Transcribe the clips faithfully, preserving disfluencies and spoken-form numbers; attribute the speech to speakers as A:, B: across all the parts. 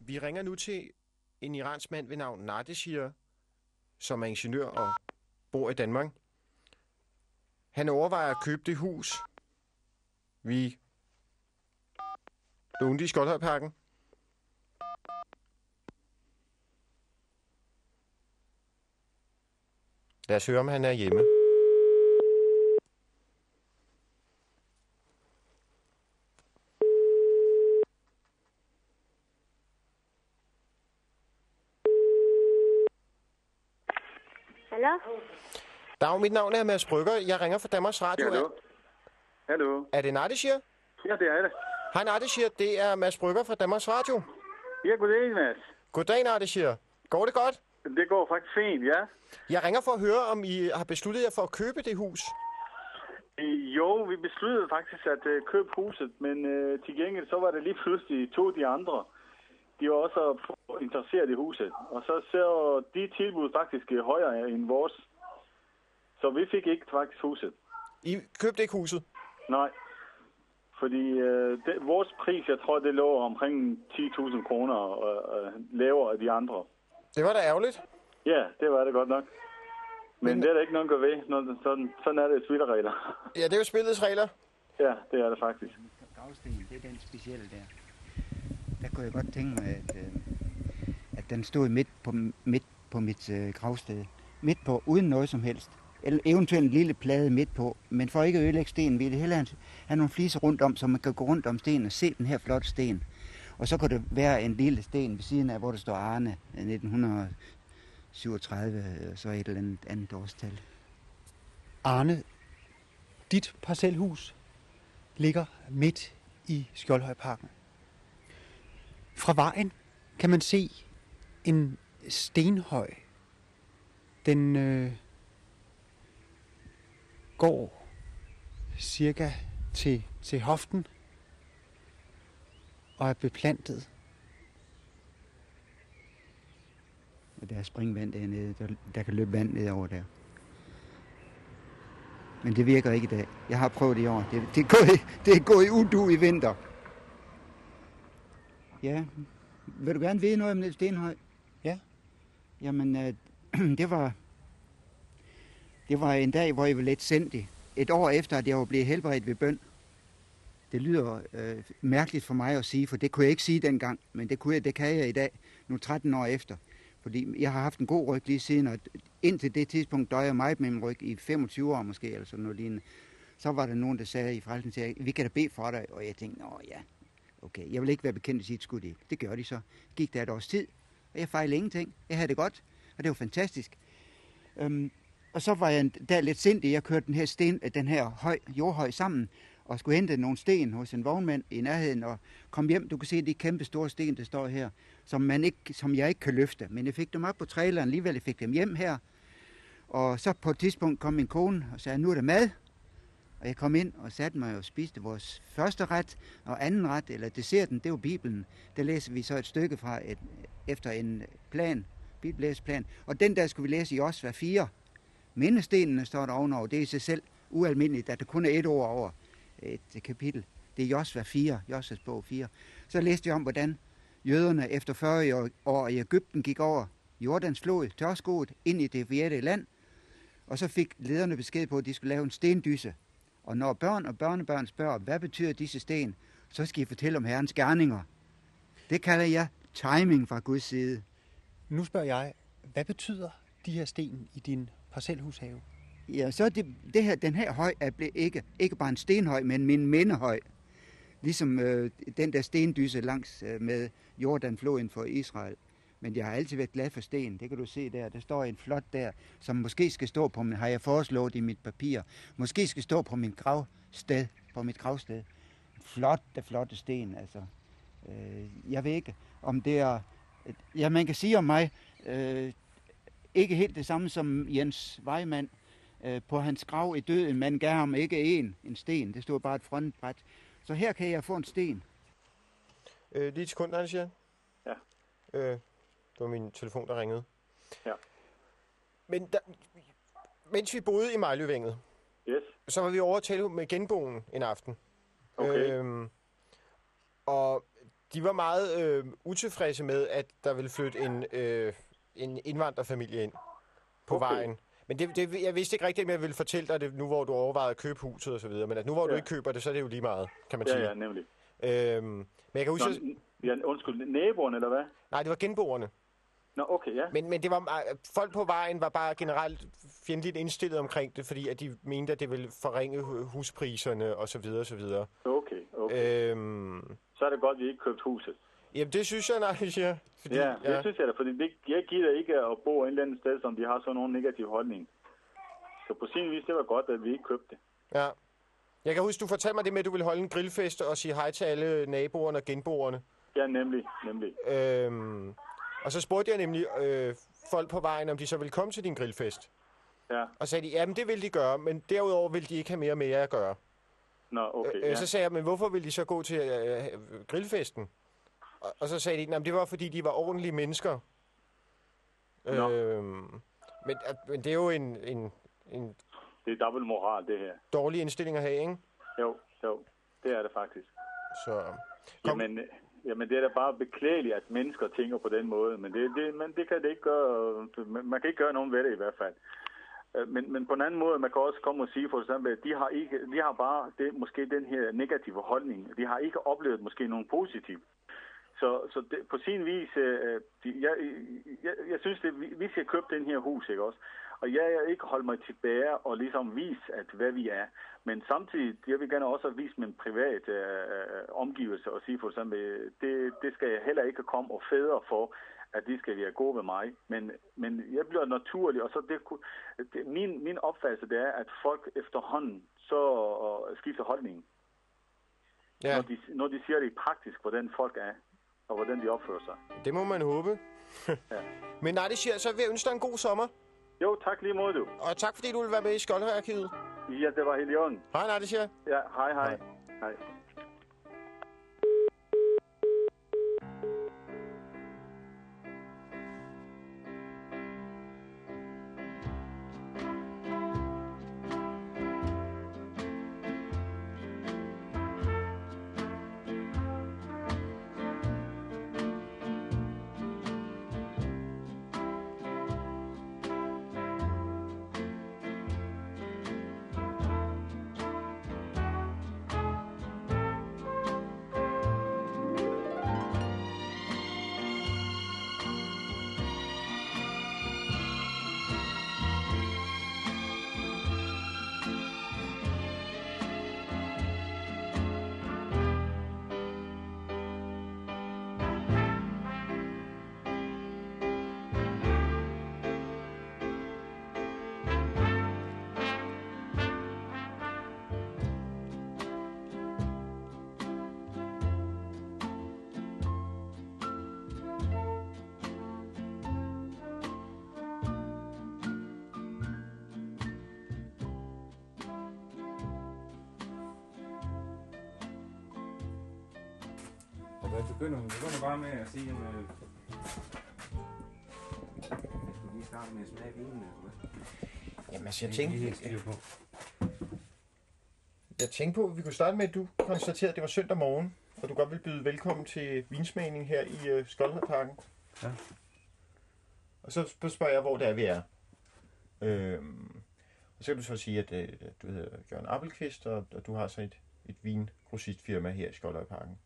A: Vi ringer nu til en iransk mand ved navn Nardeshir, som er ingeniør og bor i Danmark. Han overvejer at købe det hus, vi lånte i Skoldhøjparken. Lad os høre, om han er hjemme.
B: Hallo?
A: Dag, mit navn er Mads Brygger. Jeg ringer fra Danmarks Radio.
C: Hallo. Hallo.
A: Er det Nardeshir?
C: Ja, det er det.
A: Hej Nardeshir, det er Mads Brygger fra Danmarks Radio.
C: Ja, goddag, Mads.
A: Goddag Nardeshir. Går det godt?
C: Det går faktisk fint, ja.
A: Jeg ringer for at høre, om I har besluttet jer for at købe det hus.
C: Jo, vi besluttede faktisk at uh, købe huset, men uh, til gengæld så var det lige pludselig to af de andre. De var også interesseret i huset, og så ser de tilbud faktisk højere end vores. Så vi fik ikke faktisk huset.
A: I købte ikke huset?
C: Nej, fordi uh, det, vores pris, jeg tror, det lå omkring ti tusind kroner uh, lavere af de andre.
A: Det var da ærgerligt.
C: Ja, det var det godt nok. Men, Men det er der ikke nogen at gøre ved. Sådan, sådan er det spilleregler.
A: Ja, det er jo spillets regler.
C: Ja, det er det faktisk.
D: Gravsten, det er den specielle der. Der kunne jeg godt tænke mig, at, øh, at den stod midt på, midt på mit øh, gravsted. Midt på, uden noget som helst. Eller eventuelt en lille plade midt på. Men for ikke at ødelægge stenen, ville det hellere have nogle fliser rundt om, så man kan gå rundt om stenen og se den her flotte sten. Og så kunne det være en lille sten ved siden af, hvor der står Arne nitten syvogtredive, så et eller andet andet årstal.
E: Arne, dit parcelhus ligger midt i Skjoldhøjparken. Fra vejen kan man se en stenhøj. Den øh, går cirka til, til hoften og er beplantet.
D: Og der er springvand dernede, der, der kan løbe vand ned over der. Men det virker ikke i dag. Jeg har prøvet det i år. Det, det, er, gået, det er gået i udu i vinter. Ja, vil du gerne vide noget om det stenhøj?
E: Ja.
D: Jamen, øh, det var det var en dag, hvor jeg var lidt sindig. Et år efter, at jeg var blevet helbredt ved bøn. Det lyder øh, mærkeligt for mig at sige, for det kunne jeg ikke sige dengang, men det, kunne jeg, det kan jeg i dag, nu tretten år efter. Fordi jeg har haft en god ryg lige siden, og indtil det tidspunkt døjer jeg meget med min ryg i femogtyve år måske, eller sådan noget lignende. Så var der nogen, der sagde i frelsen, vi kan da bede for dig, og jeg tænkte, nå ja, okay, jeg vil ikke være bekendt at sige, skulle de ikke. Det gør de så. Gik der et års tid, og jeg fejlede ingenting. Jeg havde det godt, og det var fantastisk. Øhm, og så var jeg der lidt sindig, jeg kørte den her, sten, den her høj, jordhøj sammen, og skulle hente nogle sten hos en vognmand i nærheden, og kom hjem. Du kan se de kæmpe store sten, der står her, som, man ikke, som jeg ikke kan løfte. Men jeg fik dem op på traileren alligevel, jeg fik dem hjem her. Og så på et tidspunkt kom min kone og sagde, nu er der mad. Og jeg kom ind og satte mig og spiste vores første ret, og anden ret, eller desserten, det var Bibelen. Der læser vi så et stykke fra et, efter en plan, bibellæseplan. Og den der skulle vi læse i Josva fire. Mindestenene står der ovenover, det er i sig selv ualmindeligt, at der kun er et ord over et kapitel. Det er Josva fire, Josvas bog fire. Så læste jeg om, hvordan jøderne efter fyrre år i Egypten gik over Jordans flod, tørskoet, ind i det forjættede land. Og så fik lederne besked på, at de skulle lave en stendysse. Og når børn og børnebørn spørger, hvad betyder disse sten, så skal I fortælle om Herrens gerninger. Det kalder jeg timing fra Guds side.
E: Nu spørger jeg, hvad betyder de her sten i din parcelhushave?
D: Ja, så det, det her, den her høj er blevet ikke, ikke bare en stenhøj, men min mindehøj. Ligesom øh, den der stendysse langs øh, med Jordanfloden for Israel. Men jeg har altid været glad for sten. Det kan du se der. Der står en flot der, som måske skal stå på min, har jeg foreslået i mit papir. Måske skal stå på min gravsted, på mit gravsted. Flotte, flotte sten, altså. Øh, jeg ved ikke, om det er... Ja, man kan sige om mig, øh, ikke helt det samme som Jens Weimann, øh, på hans grav i døden, man gav ham ikke en, en sten. Det stod bare et frontbræt. Så her kan jeg få en sten.
A: Øh, lige et sekund, han siger.
C: Ja.
A: Øh, det var min telefon, der ringede.
C: Ja.
A: Men der, mens vi boede i Mejløvænget,
C: Yes.
A: så var vi over at tale med genboen en aften.
C: Okay.
A: Øhm, og de var meget øh, utilfredse med, at der ville flytte en, øh, en indvandrerfamilie ind på
C: Okay.
A: vejen. Men det, det, jeg vidste ikke rigtigt, om jeg ville fortælle dig det nu, hvor du overvejede at købe huset og så videre. Men at nu, hvor ja. du ikke køber det, så er det jo lige meget, kan man
C: Ja,
A: sige.
C: ja, nemlig.
A: Øhm, men jeg kan huske...
C: Nå, ja, undskyld, naboerne, eller hvad?
A: Nej, det var genboerne.
C: Nå, okay, ja.
A: Men, men det var, folk på vejen var bare generelt fjendtligt indstillet omkring det, fordi at de mente, at det ville forringe huspriserne og så videre og så videre.
C: Okay, okay.
A: Øhm,
C: Så er det godt, at vi ikke købte huset.
A: jamen, det synes jeg, nej, siger. Fordi,
C: Ja, det synes jeg da, fordi det, jeg gider ikke at bo et eller andet sted, som de har sådan nogle negative holdning. Så på sin vis, det var godt, at vi ikke købte det.
A: Ja. Jeg kan huske, du fortalte mig det med, at du ville holde en grillfest og sige hej til alle naboerne og genboerne.
C: Ja, nemlig, nemlig.
A: Øhm, og så spurgte jeg nemlig øh, folk på vejen, om de så ville komme til din grillfest.
C: Ja,
A: Og sagde de, jamen det ville de gøre, men derudover ville de ikke have mere med jer at gøre.
C: nå, okay,
A: Øh,
C: ja.
A: Så sagde jeg, men hvorfor ville de så gå til øh, grillfesten? Og, og så sagde de, jamen det var fordi, de var ordentlige mennesker.
C: Nå.
A: Øhm, men, at- men det er jo en, en, en
C: Det er dobbelt moral, det her.
A: dårlig indstilling at have, ikke?
C: Jo, jo, det er det faktisk.
A: Så kom.
C: Jamen, øh, jamen, det er da bare beklædeligt, at mennesker tænker på den måde, men det, det, men det kan det ikke gøre, man man kan ikke gøre nogen ved det i hvert fald. Øh, Men, men på en anden måde, man kan også komme og sige for eksempel, at de har, ikke, de har bare det, måske den her negative holdning. De har ikke oplevet måske nogen positiv. Så, så det, på sin vis, øh, de, jeg, jeg, jeg synes, det, vi, vi skal købe den her hus, ikke også? Og jeg vil ikke holde mig tilbage og ligesom vise, at hvad vi er. Men samtidig, jeg vil gerne også vise min private øh, omgivelse og sige for eksempel, det, det skal jeg heller ikke komme og fædre for, at de skal være gode ved mig. Men, men jeg bliver naturlig, og så det, det, min, min opfattelse det er, at folk efterhånden så øh, skifter holdningen.
A: Ja,
C: Når, de, når de siger det praktisk, hvordan folk er, og hvordan de opfører sig.
A: det må man håbe.
C: Ja.
A: Men nej, det siger, så vil jeg ønske dig en god sommer.
C: Jo, tak lige mod du.
A: Og tak fordi du ville være med i Skoldhøjarkivet.
C: Ja, det var helt i orden.
A: Hej, nej, det siger.
C: Ja, hej, hej.
A: Hej.
C: Hej.
F: Og hvad begynder hun? begynder bare med at sige, at øh, jeg skal lige starte med at smage vinen. Eller hvad?
A: Jamen, altså, jeg
F: Det er lige helt
A: tænkte,
F: styr på.
A: jeg tænkte på, at vi kunne starte med, at du konstaterede, at det var søndag morgen, og du godt vil byde velkommen til vinsmagning her i øh, Skoldhøjparken.
F: Ja.
A: Og så spørger jeg, hvor det er, vi er. Øhm, og så kan du så sige, at øh, du hedder Jørgen Appelqvist, og, og du har så et, et vingrossistfirma her i Skoldhøjparken.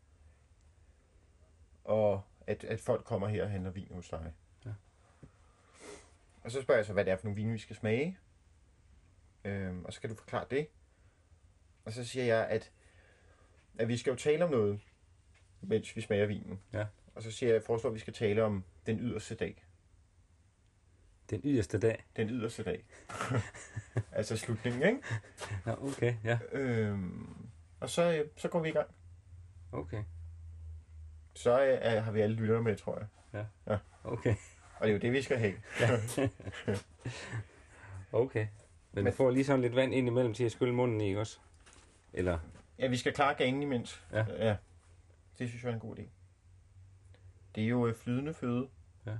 A: Og at, at folk kommer her og handler vin hos dig.
F: Ja.
A: Og så spørger jeg så, hvad det er for nogle vine, vi skal smage. Øhm, og så kan du forklare det. Og så siger jeg, at, at vi skal jo tale om noget, mens vi smager vinen.
F: Ja.
A: Og så siger jeg, at jeg foreslår, at vi skal tale om den yderste dag.
F: Den yderste dag.
A: Den yderste dag. Altså slutningen, ikke?
F: Ja, okay, ja.
A: Øhm, og så, øh, så går vi i gang.
F: Okay,
A: Så øh, har vi alle lyttere med, tror jeg.
F: okay.
A: Og det er jo det, vi skal have.
F: Okay. Men,
A: Men-
F: du får lige sådan lidt vand ind imellem til at skylle munden i, ikke også? Eller,
A: Ja, vi skal klare ganen imens.
F: Ja.
A: ja. Det synes jeg er en god idé. Det er jo øh, flydende føde.
F: Ja.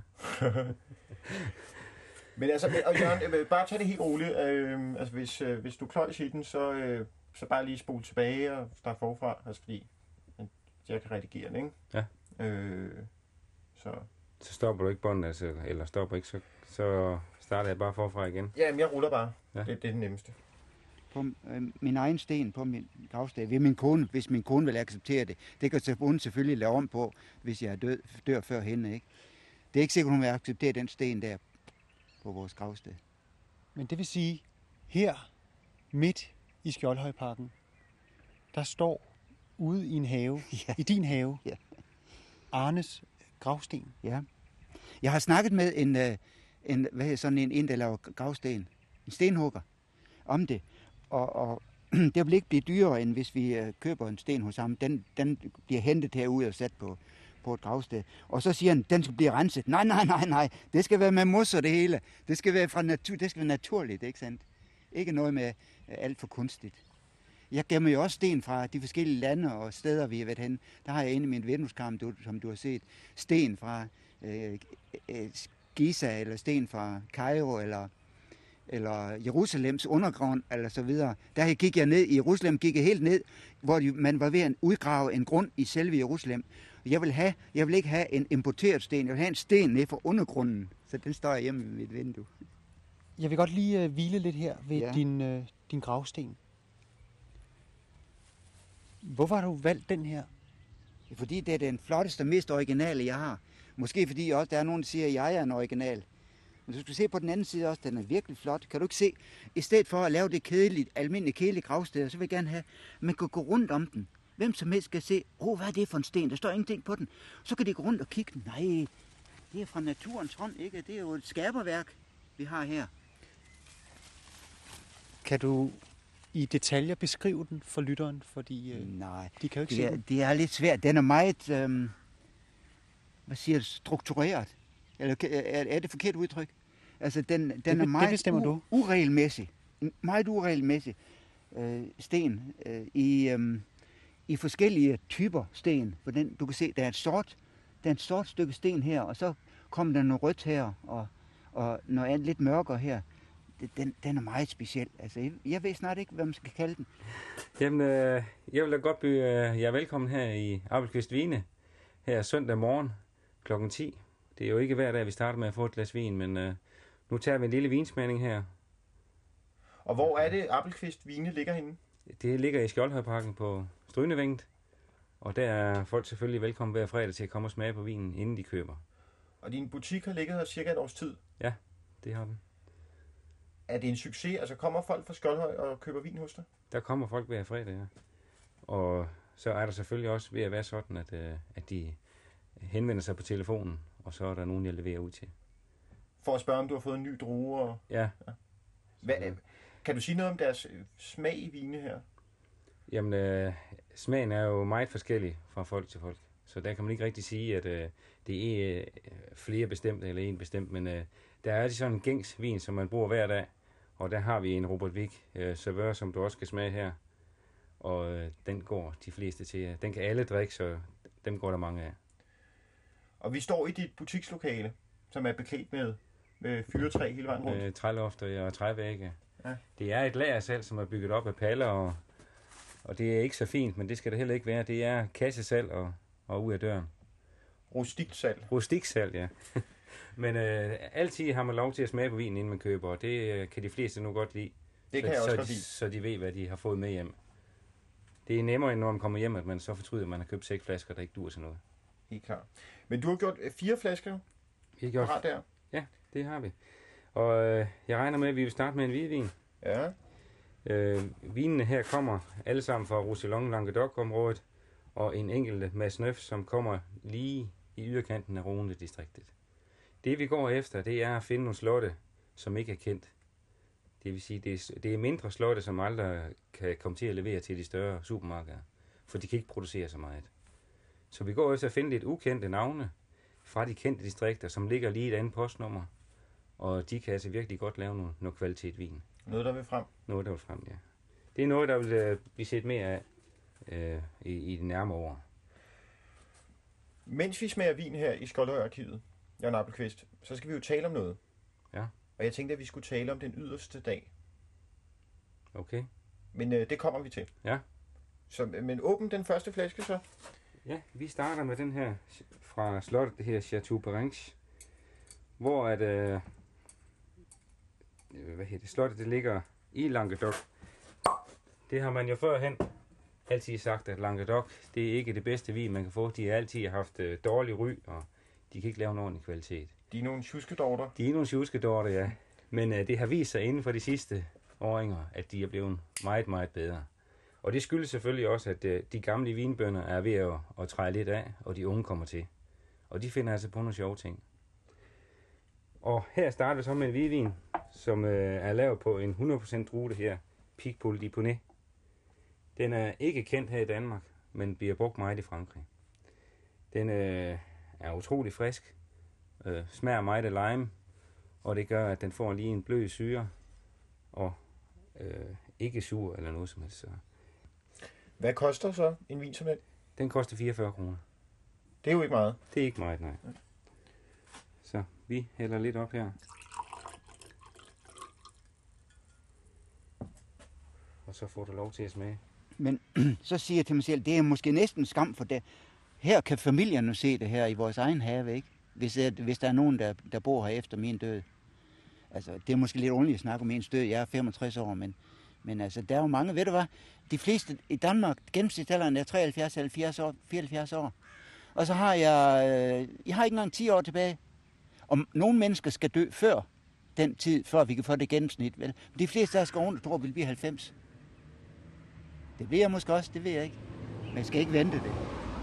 A: Men altså, men- og Jørgen, jeg vil bare tage det helt roligt. Øh, altså, hvis, øh, hvis du kløjs i den, så, øh, så bare lige spole tilbage og starte forfra. Altså, fordi at jeg kan redigere den, ikke?
F: Ja.
A: Øh, så...
F: Så stopper du ikke båndet, altså, eller stopper ikke, så, så starter jeg bare forfra igen.
A: Ja, men jeg ruller bare.
F: Ja.
A: Det, det er det nemmeste.
D: På øh, min egen sten på min gravsted, ved min kone, hvis min kone vil acceptere det. Det kan hun selvfølgelig lave om på, hvis jeg er død, dør før hende, ikke? Det er ikke sikkert, hun vil acceptere den sten der på vores gravsted.
E: Men det vil sige, her midt i Skjoldhøjparken, der står ude i en have,
D: Ja.
E: i din have,
D: Ja.
E: Arnes gravsten.
D: Ja. Jeg har snakket med en, øh, en hvad hedder sådan en, en, der laver gravsten, en stenhugger, om det. Og, og det vil ikke blive dyrere, end hvis vi øh, køber en sten hos ham. Den, den bliver hentet herude og sat på, på et gravsted. Og så siger han, den skal blive renset. Nej, nej, nej, nej. Det skal være med mos og det hele. Det skal være fra natur, det skal være naturligt, ikke sandt? Ikke noget med øh, alt for kunstigt. Jeg gemmer jo også sten fra de forskellige lande og steder, vi har været hen. Der har jeg inde i min vindueskarm, du, som du har set, sten fra øh, øh, Giza, eller sten fra Kairo, eller, eller Jerusalems undergrund, eller så videre. Der gik jeg ned i Jerusalem, gik jeg helt ned, hvor de, man var ved at udgrave en grund i selve Jerusalem. Jeg vil, have, jeg vil ikke have en importeret sten, jeg vil have en sten ned fra undergrunden, så den står jeg hjemme ved mit vindue.
E: Jeg vil godt lige uh, hvile lidt her ved
D: Ja.
E: din, uh, din gravsten. Hvorfor har du valgt den her?
D: Fordi det er den flotteste og mest originale, jeg har. Måske fordi også der er nogen, der siger, at jeg er en original. Men du skal se på den anden side også, den er virkelig flot. Kan du ikke se? I stedet for at lave det kedeligt, almindelige kedelige gravsteder, så vil jeg gerne have, at man kan gå rundt om den. Hvem som helst skal se, åh, oh, hvad er det for en sten? Der står ingenting på den. Så kan de gå rundt og kigge. Nej, det er fra naturens hånd, ikke? Det er jo et skaberværk, vi har her.
E: Kan du i detaljer beskrive den for lytteren? Fordi uh,
D: Nej,
E: de kan jo ikke
D: det
E: se
D: er,
E: den.
D: det er lidt svært. Den er meget, øhm, hvad siger du, struktureret. Eller er, er det forkert udtryk? Altså, den, den
E: be-
D: er
E: det
D: meget
E: bestemmer du.
D: uregelmæssig. En meget uregelmæssig øh, sten øh, i, øhm, i forskellige typer sten. For den, du kan se, der er et sort, der er et sort stykke sten her, og så kommer der noget rødt her, og, og noget andet lidt mørkere her. Den, den er meget speciel. Altså, jeg, jeg ved snart ikke, hvad man skal kalde den.
F: Jamen, øh, jeg vil da godt byde øh, jer velkommen her i Abelqvist Vine, her søndag morgen klokken ti. Det er jo ikke hver dag, vi starter med at få et glas vin, men øh, nu tager vi en lille vinsmagning her.
A: Og hvor er det, Abelqvist Vine ligger henne?
F: Det ligger i Skjoldhøjparken på Strynevænget, og der er folk selvfølgelig velkommen hver fredag til at komme og smage på vinen, inden de køber.
A: Og din butik har ligget her cirka et års tid.
F: Ja, det har den.
A: Er det en succes? Altså kommer folk fra Skjoldhøj og køber vin hos dig?
F: Der kommer folk hver fredag, ja. Og så er der selvfølgelig også ved at være sådan, at, øh, at de henvender sig på telefonen, og så er der nogen, jeg leverer ud til.
A: For at spørge, om du har fået en ny drue? Og...
F: Ja.
A: Hvad, kan du sige noget om deres smag i vine her?
F: Jamen, øh, smagen er jo meget forskellig fra folk til folk. Så der kan man ikke rigtig sige, at øh, det er øh, flere bestemte eller en bestemt, men øh, der er sådan en gængs vin, som man bruger hver dag. Og der har vi en Robert Wick øh, servør, som du også skal smage her. Og øh, den går de fleste til. Den kan alle drikke, så dem går der mange af.
A: Og vi står i dit butikslokale, som er beklædt med, med fyretræ hele vejen rundt.
F: Øh, trælofter og trævægge.
A: Ja.
F: Det er et lagersal, som er bygget op af paller, og, og det er ikke så fint, men det skal det heller ikke være. Det er kassesal og, og ud af døren.
A: Rustikt salg.
F: Rustiksal, ja. Men øh, altid har man lov til at smage på vinen, inden man køber, og det øh, kan de fleste nu godt lide.
A: Det
F: så,
A: kan jeg også
F: så,
A: godt
F: de,
A: lide.
F: så de ved, hvad de har fået med hjem. Det er nemmere, end når man kommer hjem, at man så fortryder, at man har købt seks flasker, der ikke dur til noget.
A: Helt klart. Men du har gjort øh, fire flasker
F: Vi har gjort...
A: parat der.
F: Ja, det har vi. Og øh, jeg regner med, at vi vil starte med en hvidvin.
A: Ja.
F: Øh, vinene her kommer alle sammen fra Roussillon Languedoc-området, og en enkelt Mads Neuf, som kommer lige i yderkanten af Rhône-distriktet. Det vi går efter, det er at finde nogle slotte, som ikke er kendt. Det vil sige, det er, det er mindre slotte, som aldrig kan komme til at levere til de større supermarkeder, for de kan ikke producere så meget. Så vi går efter at finde lidt ukendte navne fra de kendte distrikter, som ligger lige i et andet postnummer, og de kan altså virkelig godt lave noget, noget kvalitet vin.
A: Noget, der vil frem.
F: Noget, der vil frem, ja. Det er noget, der vil øh, blive set mere af øh, i, i de nærmere år.
A: Mens vi smager vin her i Skjoldhøj-arkivet, Jørgen Abelqvist, så skal vi jo tale om noget.
F: Ja.
A: Og jeg tænkte, at vi skulle tale om den yderste dag.
F: Okay.
A: Men øh, det kommer vi til.
F: Ja.
A: Så, men åbn den første flaske så.
F: Ja, vi starter med den her fra slottet, det her Chateau Barenche, hvor at, øh, hvad hedder det, slottet det ligger i Languedoc. Det har man jo førhen altid sagt, at Languedoc, det er ikke det bedste vin, man kan få. De har altid haft øh, dårlig ry, og de kan ikke lave en ordentlig kvalitet.
A: De er nogle tjuskedorter.
F: De er nogle tjuskedorter, ja. Men øh, det har vist sig inden for de sidste åringer, at de er blevet meget, meget bedre. Og det skyldes selvfølgelig også, at øh, de gamle vinbønder er ved at, at træde lidt af, og de unge kommer til. Og de finder altså på nogle sjove ting. Og her starter vi så med en hvidvin, som øh, er lavet på en hundrede procent rute her, Picpoul de Poney. Den er ikke kendt her i Danmark, men bliver brugt meget i Frankrig. Den øh, er utrolig frisk, øh, smager meget af lime, og det gør, at den får lige en blød syre, og øh, ikke sur eller noget som helst. Så.
A: Hvad koster så en vin som den?
F: Den koster fireogfyrre kroner.
A: Det er jo ikke meget.
F: Det er ikke meget, nej. Så vi hælder lidt op her. Og så får du lov til at smage.
D: Men så siger jeg til mig selv, det er måske næsten skam for det. Her kan familien nu se det her i vores egen have, ikke? Hvis, hvis der er nogen, der, der bor her efter min død. Altså, det er måske lidt underligt at snakke om ens død. Jeg er femogtres år, men, men altså, der er jo mange. Ved du hvad? De fleste i Danmark, gennemsnitsalderen er treoghalvfjerds til halvfjerds år, fireoghalvfjerds år. Og så har jeg, øh, jeg har ikke engang ti år tilbage. Og nogle mennesker skal dø før den tid, før vi kan få det gennemsnit. Vel? De fleste af os går rundt og tror, vi vil blive halvfems. Det bliver jeg måske også, det ved jeg ikke. Men jeg skal ikke vente det.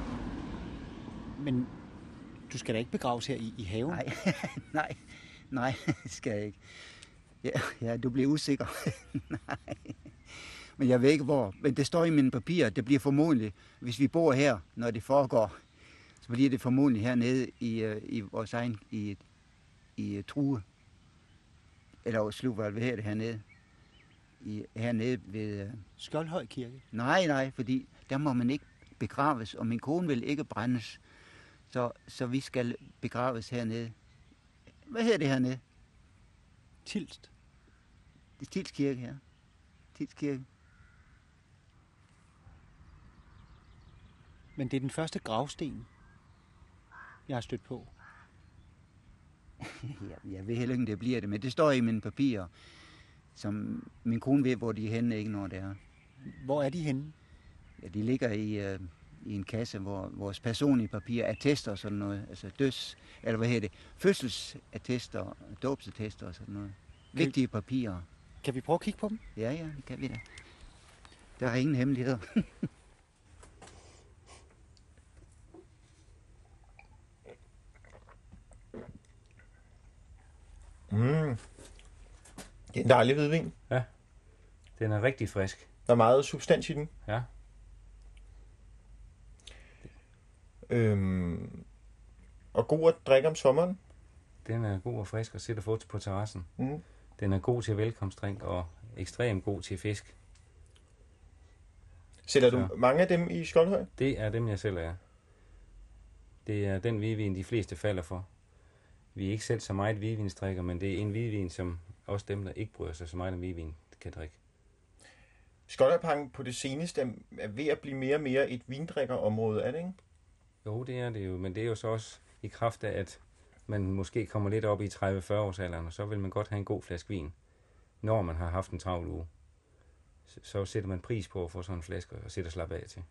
E: Men du skal da ikke begraves her i, i haven?
D: Nej, nej, nej, det skal jeg ikke. Ja, ja du bliver usikker. Nej. Men jeg ved ikke hvor. Men det står i mine papirer, det bliver formodentlig, hvis vi bor her, når det foregår, så bliver det formodentlig hernede i, i vores egen, i, i True. Eller Sluvald, hvad her det hernede? I, hernede ved...
E: Skjoldhøj Kirke?
D: Nej, nej, fordi der må man ikke begraves, og min kone vil ikke brændes. Så, så vi skal begraves hernede. Hvad hedder det hernede?
E: Tilst.
D: Det er Tilst Kirke her. Tilst Kirke.
E: Men det er den første gravsten, jeg har stødt på.
D: Ja, jeg ved heller ikke, om det bliver det, men det står i mine papirer, som min kone ved, hvor de er henne, ikke når det er.
E: Hvor er de henne? Ja,
D: de ligger i, øh, i en kasse, hvor vores personlige papirer, attester og sådan noget, altså døds, eller hvad hedder det, fødselsattester, dåbsattester og sådan noget. Kan vigtige papirer.
E: Kan vi prøve at kigge på dem?
D: Ja, ja, det kan vi da. Der er ingen hemmeligheder.
A: Mm. Det er en dejlig hvidvin.
F: Ja, den er rigtig frisk.
A: Der er meget substans i den.
F: Ja.
A: Øhm, og god at drikke om sommeren.
F: Den er god og frisk at sætte og få på terrassen.
A: Mm.
F: Den er god til velkomstdrink og ekstremt god til fisk.
A: Sætter du mange af dem i Skjoldhøj?
F: Det er dem, jeg selv er. Det er den hvidvin, de fleste falder for. Vi er ikke selv så meget hvidvinstrikker, men det er en hvidvin, som også dem, der ikke bryder sig så meget om hvidvin, kan drikke.
A: Skjoldhøjparken på det seneste er ved at blive mere og mere et vindrikkerområde, er det ikke?
F: Jo, det er det jo, men det er jo så også i kraft af, at man måske kommer lidt op i tredive til fyrre års alderen, og så vil man godt have en god flaske vin, når man har haft en travl uge. Så sætter man pris på at få sådan en flaske og sætter slappe af til.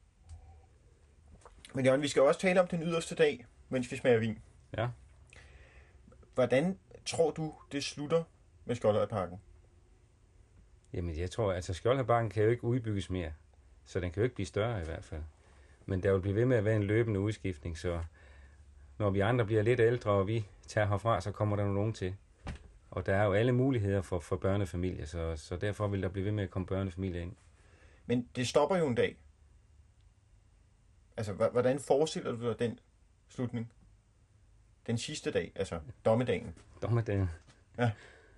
A: Men Jørgen, vi skal også tale om den yderste dag, mens vi smager vin.
F: Ja.
A: Hvordan tror du, det slutter med Skjoldhøjparken?
F: Jamen, jeg tror, at altså, Skjoldhøjparken kan jo ikke udbygges mere, så den kan jo ikke blive større i hvert fald. Men der vil blive ved med at være en løbende udskiftning, så når vi andre bliver lidt ældre, og vi tager herfra, så kommer der nogle unge til. Og der er jo alle muligheder for, for børnefamilier, så, så derfor vil der blive ved med at komme børnefamilier ind.
A: Men det stopper jo en dag. Altså, hvordan forestiller du dig den slutning? Den sidste dag, altså dommedagen.
F: Dommedagen?
A: Ja.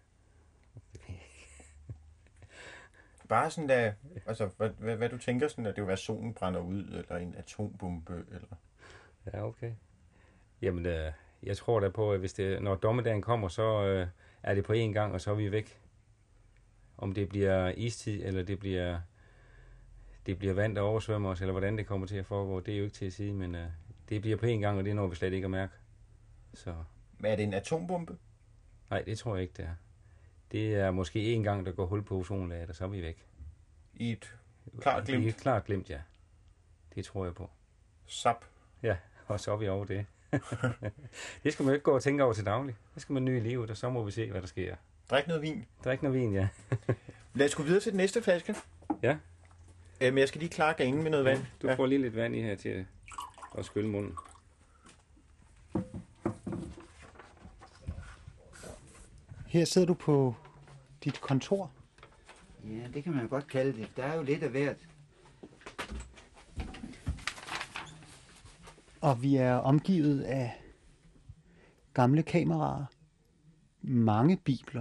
A: Bare sådan der, altså, hvad, hvad, hvad du tænker sådan, at det vil være, solen brænder ud, eller en atombombe, eller...
F: Ja, okay. Jamen, øh, jeg tror da på, at hvis det, når dommedagen kommer, så øh, er det på én gang, og så er vi væk. Om det bliver istid, eller det bliver, det bliver vand, der oversvømmer os, eller hvordan det kommer til at foregå, det er jo ikke til at sige, men uh, det bliver på en gang, og det er noget, vi slet ikke at mærke. Så.
A: Men er det en atombombe?
F: Nej, det tror jeg ikke, det er. Det er måske en gang, der går hul på ozonlaget, og så er vi væk.
A: I et klart glimt?
F: I et klart glimt, ja. Det tror jeg på.
A: Sap.
F: Ja, og så er vi over det. Det skal man jo ikke gå og tænke over til daglig. Det skal man nye i livet, og så må vi se, hvad der sker.
A: Drik noget vin.
F: Drik noget vin, ja.
A: Lad os gå videre til den næste flaske.
F: Ja.
A: Øh, men jeg skal lige klare ganen med noget vand.
F: Du får lige lidt vand i her til at skylle munden.
E: Her sidder du på dit kontor.
D: Ja, det kan man godt kalde det. Der er jo lidt af hvert.
E: Og vi er omgivet af gamle kameraer. Mange bibler.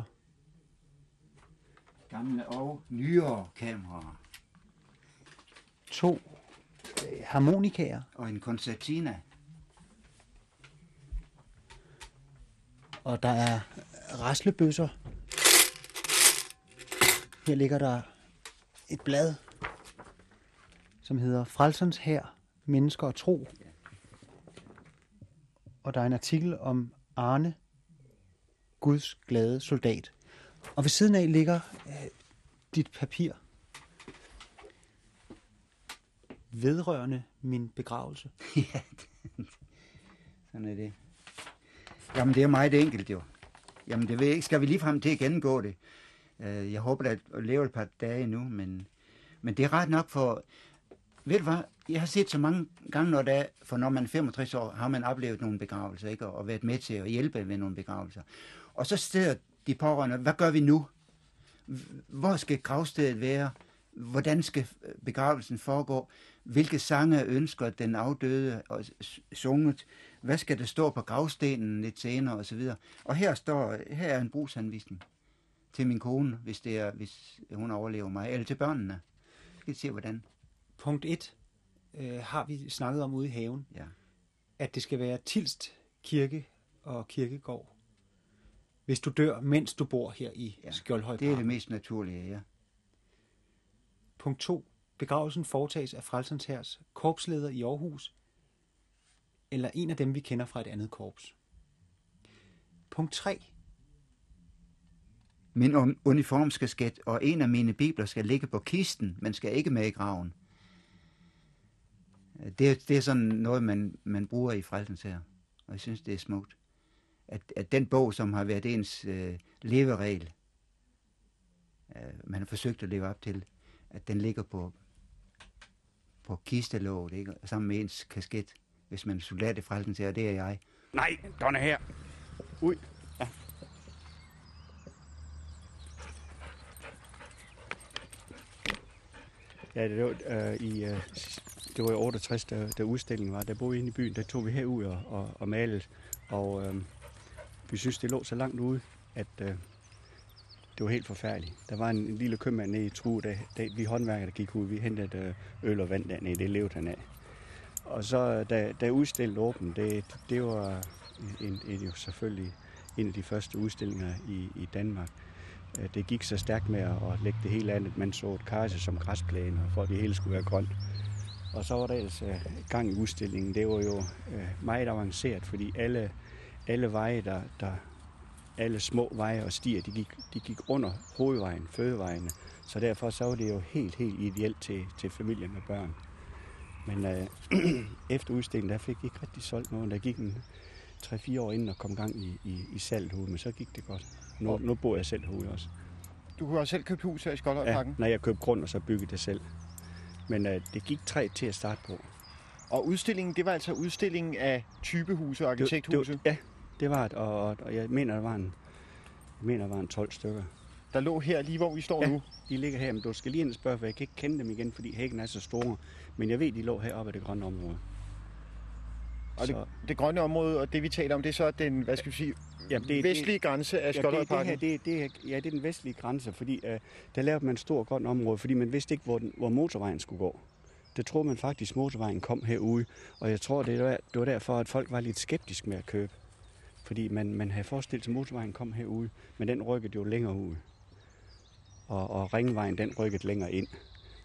D: Gamle og nyere kameraer.
E: To øh, harmonikaer.
D: Og en concertina.
E: Og der er raslebøsser. Her ligger der et blad, som hedder Frelserens Hær, Mennesker og Tro. Og der er en artikel om Arne, Guds glade soldat. Og ved siden af ligger øh, dit papir vedrørende min begravelse.
D: Ja, sådan er det. Jamen, det er meget enkelt jo. Jamen, det ved jeg ikke. Skal vi lige frem til at gennemgå det? Jeg håber at leve et par dage nu, men, men det er ret nok for... Ved du hvad? Jeg har set så mange gange, når, der, for når man er femogtres år, har man oplevet nogle begravelser, ikke? Og været med til at hjælpe ved nogle begravelser. Og så sidder de pårørende, hvad gør vi nu? Hvor skal gravstedet være? Hvordan skal begravelsen foregå? Hvilke sange ønsker den afdøde og sunget? Hvad skal der stå på gravstenen lidt senere osv.? Og her står, her er en brugsanvisning til min kone, hvis, det er, hvis hun overlever mig, eller til børnene. Skal vi se, hvordan?
E: Punkt et øh, har vi snakket om ude i haven.
D: Ja.
E: At det skal være Tilst Kirke og Kirkegård. Hvis du dør, mens du bor her i ja, Skjoldhøjparken.
D: Det er det mest naturlige, ja.
E: Punkt to. Begravelsen foretages af Frelserens Hærs korpsleder i Aarhus, eller en af dem, vi kender fra et andet korps. Punkt tre.
D: Min uniform skal skæt, og en af mine bibler skal ligge på kisten, men skal ikke med i graven. Det, det er sådan noget, man, man bruger i Frelsens Hær, og jeg synes, det er smukt. At, at den bog, som har været ens øh, leveregel, øh, man har forsøgt at leve op til, at den ligger på, på kistelåget, ikke? Sammen med ens kasket, hvis man er soldat i Frelsens Hær, det er jeg.
G: Nej, den er her. Ud. Ja.
H: Ja, det var, øh, i, øh, det var i otteogtres, da, da udstillingen var. Der boede inde i byen, der tog vi herud og, og, og malede. Og øh, vi synes, det lå så langt ude, at øh, det var helt forfærdeligt. Der var en, en lille købmand nede i True, da, da vi håndværkere, der gik ud. Vi hentede øh, øl og vand dernede, det levede han af. Og så da, da udstillingen åbnede, det, det var en, en, jo selvfølgelig en af de første udstillinger i, i Danmark. Det gik så stærkt med at lægge det hele andet. Man så et karse som græsplæne, for at det hele skulle være grønt. Og så var der altså gang i udstillingen. Det var jo meget avanceret, fordi alle, alle veje, der, der, alle små veje og stier, de gik, de gik under hovedvejen, fødevejene. Så derfor så var det jo helt, helt ideelt til, til familier med børn. Men øh, efter udstillingen, der fik vi ikke rigtig solgt noget. Der gik en tre fire år inden og kom gang i, i, i salget herude, men så gik det godt. Nu, nu bor jeg selv herude også.
A: Du har selv købt hus her i Skjoldhøjparken?
H: Ja, når jeg købte grund og så byggede det selv. Men øh, det gik træ til at starte på.
A: Og udstillingen, det var altså udstillingen af typehuse og arkitekthuse?
H: Det, det, ja, det var det, og, og, og jeg mener, der var en, jeg mener, der var en tolv stykker.
A: Der lå her lige, hvor vi står
H: ja,
A: nu?
H: De ligger her, men du skal lige ind og spørge, for jeg kan ikke kende dem igen, fordi hækken er så store. Men jeg ved, de lå heroppe af det grønne område.
A: Og det, det grønne område, og det vi taler om, det er så den, hvad skal vi sige,
H: Jamen, det,
A: vestlige
H: det,
A: grænse af
H: ja,
A: Skjoldhøjparken?
H: Det, det, det, det, ja, det er den vestlige grænse, fordi uh, der lavede man et stort grønt område, fordi man vidste ikke, hvor, den, hvor motorvejen skulle gå. Det troede man faktisk, motorvejen kom herude, og jeg tror, det var, det var derfor, at folk var lidt skeptiske med at købe. Fordi man, man havde forestillet sig, at motorvejen kom herude, men den rykkede jo længere ud. Og, og ringvejen, den rykkede længere ind.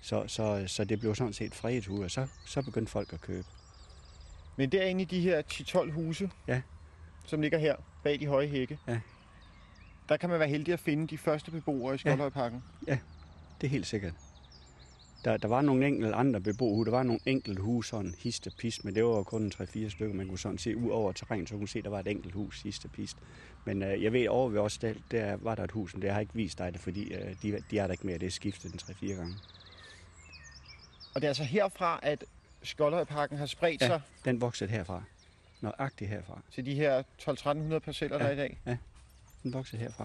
H: Så, så, så det blev sådan set fredet hus, og så, så begyndte folk at købe.
A: Men derinde i de her ti tolv huse,
H: ja.
A: som ligger her bag de høje hække,
H: ja.
A: der kan man være heldig at finde de første beboere i Skoldhøjparken.
H: Ja, ja, det er helt sikkert. Der, der var nogle enkelte andre beboere, der var nogle enkelte huse, sådan hist og pist, men det var kun tre fire stykker, man kunne sådan se ud over terræn, så kunne se, der var et enkelt hus, hist og pist. Men øh, jeg ved over ved os, der, der var der et hus, men det har ikke vist dig det, fordi øh, de, de er der ikke mere, det er skiftet den tre fire gange.
A: Og det er altså herfra, at Skoldhøjparken har spredt
H: ja,
A: sig?
H: Den voksede herfra. Nøjagtigt herfra.
A: Til de her tolv til tretten hundrede parceller,
H: ja,
A: der er i dag?
H: Ja, den voksede herfra.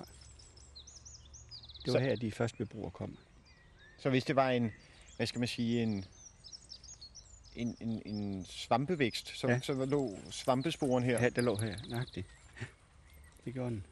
H: Det var så her, de første beboere kom.
A: Så hvis det var en, hvad skal man sige, en, en, en, en svampevækst, så, ja. så lå svampesporen her?
H: Ja, der lå her, nøjagtigt. Det gjorde den.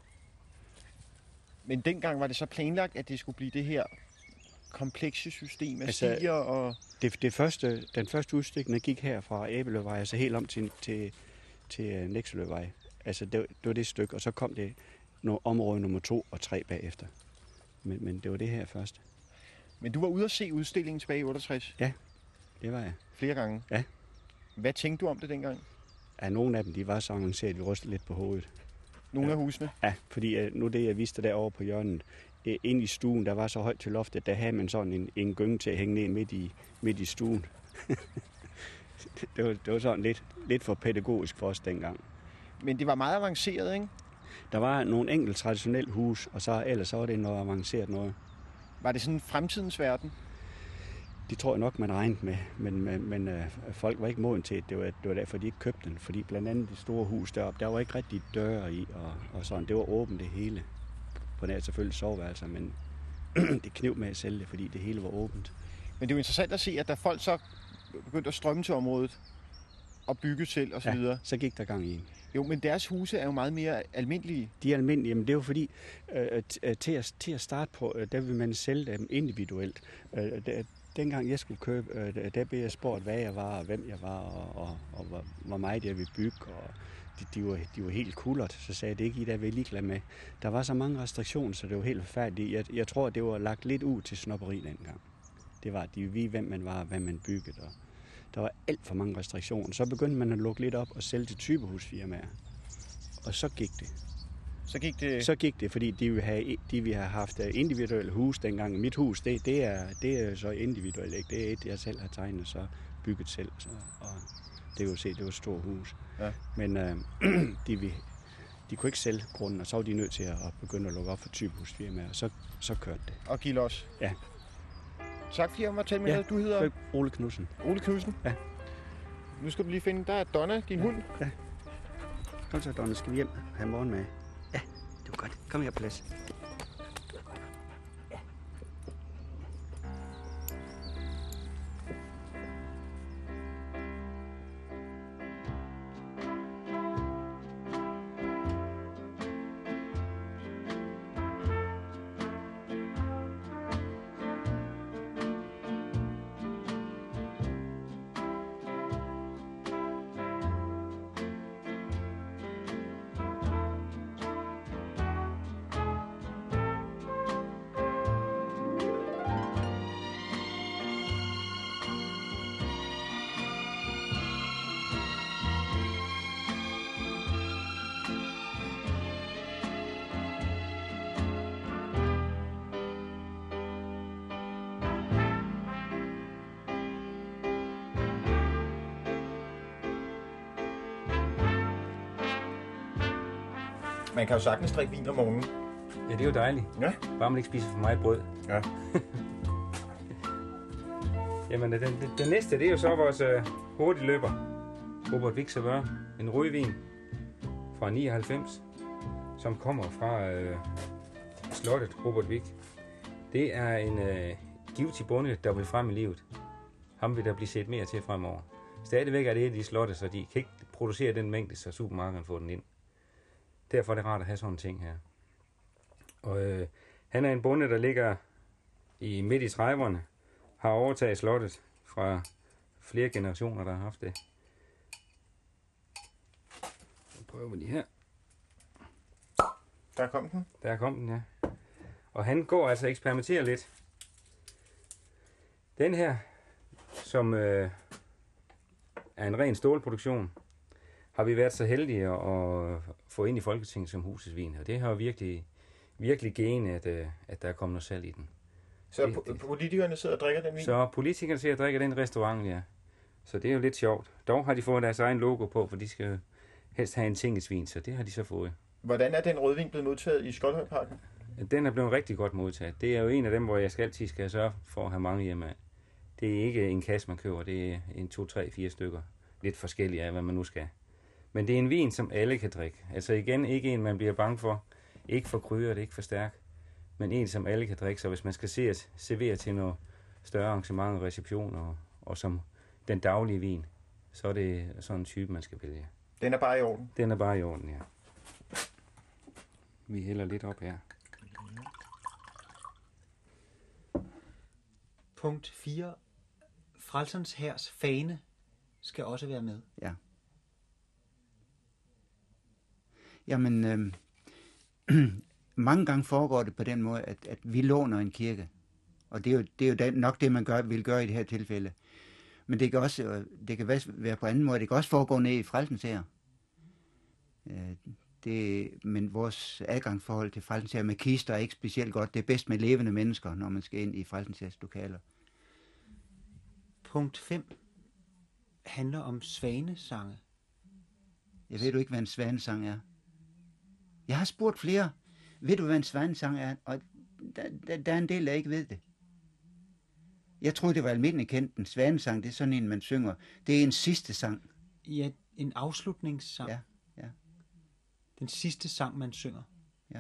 A: Men dengang var det så planlagt, at det skulle blive det her komplekse system af altså, stiger og...
H: Det, det første, den første udstikkende gik her fra Æbeløvej, altså helt om til, til, til Nekseløvej. Altså det, det var det stykke, og så kom det no, område nummer to og tre bagefter. Men, men det var det her først.
A: Men du var ude at se udstillingen tilbage i otteogtres?
H: Ja, det var jeg.
A: Flere gange?
H: Ja.
A: Hvad tænkte du om det dengang?
H: Ja, nogle af dem, de var så avanceret, at vi rystede lidt på hovedet.
A: Nogle
H: ja.
A: af husene?
H: Ja, fordi nu det, jeg viste derovre på hjørnet, inde i stuen, der var så højt til loftet, der havde man sådan en, en gynge til at hænge ned midt i, midt i stuen. det, var, det var sådan lidt, lidt for pædagogisk for os dengang.
A: Men det var meget avanceret, ikke?
H: Der var nogle enkelte traditionelle hus, og så ellers så var det noget avanceret noget.
A: Var det sådan fremtidens verden?
H: Det tror jeg nok, man regnede med, men, men, men øh, folk var ikke moden til det. Det var, det var derfor, de ikke købte den, fordi blandt andet det store hus deroppe, der var ikke rigtig døre i, og, og sådan. Det var åbent det hele. På nær selvfølgelig soveværelser, men det knev med at sælge det, fordi det hele var åbent.
A: Men det er jo interessant at se, at da folk så begyndte at strømme til området og bygge til og så
H: ja,
A: videre.
H: Så gik der gang i.
A: Jo, men deres huse er jo meget mere almindelige.
H: De er almindelige, men det er jo fordi, øh, til, at, til at starte på, øh, der vil man sælge dem individuelt. Øh, der, dengang jeg skulle købe, øh, der blev jeg spurgt, hvad jeg var, og hvem jeg var, og, og, og hvor, hvor meget jeg ville bygge, og de, de, var, de var helt kuldret. Så sagde jeg, det ikke I, der var ligeglad med. Der var så mange restriktioner, så det var helt forfærdeligt. Jeg, jeg tror, det var lagt lidt ud til snobberi dengang. Det var, de ville, hvem man var, hvad man byggede, og der var alt for mange restriktioner. Så begyndte man at lukke lidt op og sælge til typehusfirmaer. Og så gik det.
A: Så gik det?
H: Så gik det, fordi de ville have, de ville have haft individuelle hus dengang. Mit hus, det, det, er, det er så individuelt, ikke? Det er et, jeg selv har tegnet, så bygget selv. Så, og det kan jo se, det var et stort hus.
A: Ja.
H: Men øh, de, vil, de kunne ikke sælge grunden, og så var de nødt til at begynde at lukke op for typehusfirmaer, og så, så kørte det.
A: Og give los?
H: Ja.
A: Tak fordi jeg var tæt med
H: ja,
A: dig. Du hedder?
H: Ole Knudsen.
A: Ole Knudsen?
H: Ja.
A: Nu skal du lige finde, der er Donna, din
H: ja.
A: hund.
H: Ja. Kom så, Donna, skal vi hjem og have morgen med? Ja, det var godt. Kom her, plads.
A: Man kan jo sagtens drikke vin om morgenen.
F: Ja, det er jo dejligt.
A: Ja.
F: Bare man ikke spiser for meget brød.
A: Ja.
F: Jamen, den, den, den næste, det er jo så vores uh, hurtige løber. Robert Wick Saveur. En rødvin fra nioghalvfems, som kommer fra uh, slottet Robert Wick. Det er en uh, givtig bonde, der vil frem i livet. Ham vil der blive set mere til fremover. Stadigvæk er det et i slottet, så de kan ikke producere den mængde, så supermarkederne får den ind. Derfor er det rart at have sådan en ting her. Og øh, han er en bonde, der ligger i midt i trediverne, har overtaget slottet fra flere generationer, der har haft det. Så prøver vi lige her.
A: Der kom den.
F: Der kom den, ja. Og han går altså og eksperimenterer lidt Den her, som øh, er en ren stålproduktion, har vi været så heldige at få ind i Folketinget som husets vin. Og det har jo virkelig, virkelig gen, at, at der er kommet noget salg i den.
A: Så
F: det,
A: po-
F: det,
A: politikerne sidder og drikker den vin?
F: Så politikerne sidder og drikker den restaurant, ja. Så det er jo lidt sjovt. Dog har de fået deres egen logo på, for de skal helst have en tingesvin, så det har de så fået.
A: Hvordan er den rødvin blevet modtaget i Skoldhøjparken?
F: Den er blevet rigtig godt modtaget. Det er jo en af dem, hvor jeg skal altid skal sørge for at have mange hjemme af. Det er ikke en kasse, man køber. Det er en, to, tre, fire stykker. Lidt forskellige af, hvad man nu skal. Men det er en vin, som alle kan drikke. Altså igen, ikke en, man bliver bange for. Ikke for krydret, ikke for stærk. Men en, som alle kan drikke. Så hvis man skal se at servere til noget større arrangement og reception, og, og som den daglige vin, så er det sådan en type, man skal vælge.
A: Den er bare i orden?
F: Den er bare i orden, ja. Vi hælder lidt op her.
E: Punkt fire. Frelsens Hærs fane skal også være med.
D: Ja. Jamen, øh, mange gange foregår det på den måde, at, at vi låner en kirke. Og det er jo, det er jo den, nok det, man gør, vil gøre i det her tilfælde. Men det kan også det kan være på anden måde. Det kan også foregå ned i Frelsens Hær. Øh, det, men vores adgangsforhold til Frelsens Hær med kister er ikke specielt godt. Det er bedst med levende mennesker, når man skal ind i Frelsens Hærs lokaler.
E: Punkt fem handler om svanesange.
D: Jeg ved du ikke, hvad en svanesang er? Jeg har spurgt flere. Ved du, hvad en svanesang er? Og der, der, der er en del, der ikke ved det. Jeg troede, det var almindeligt kendt. En svanesang, det er sådan en, man synger. Det er en sidste sang.
E: Ja, en afslutningssang.
D: Ja, ja.
E: Den sidste sang, man synger.
D: Ja.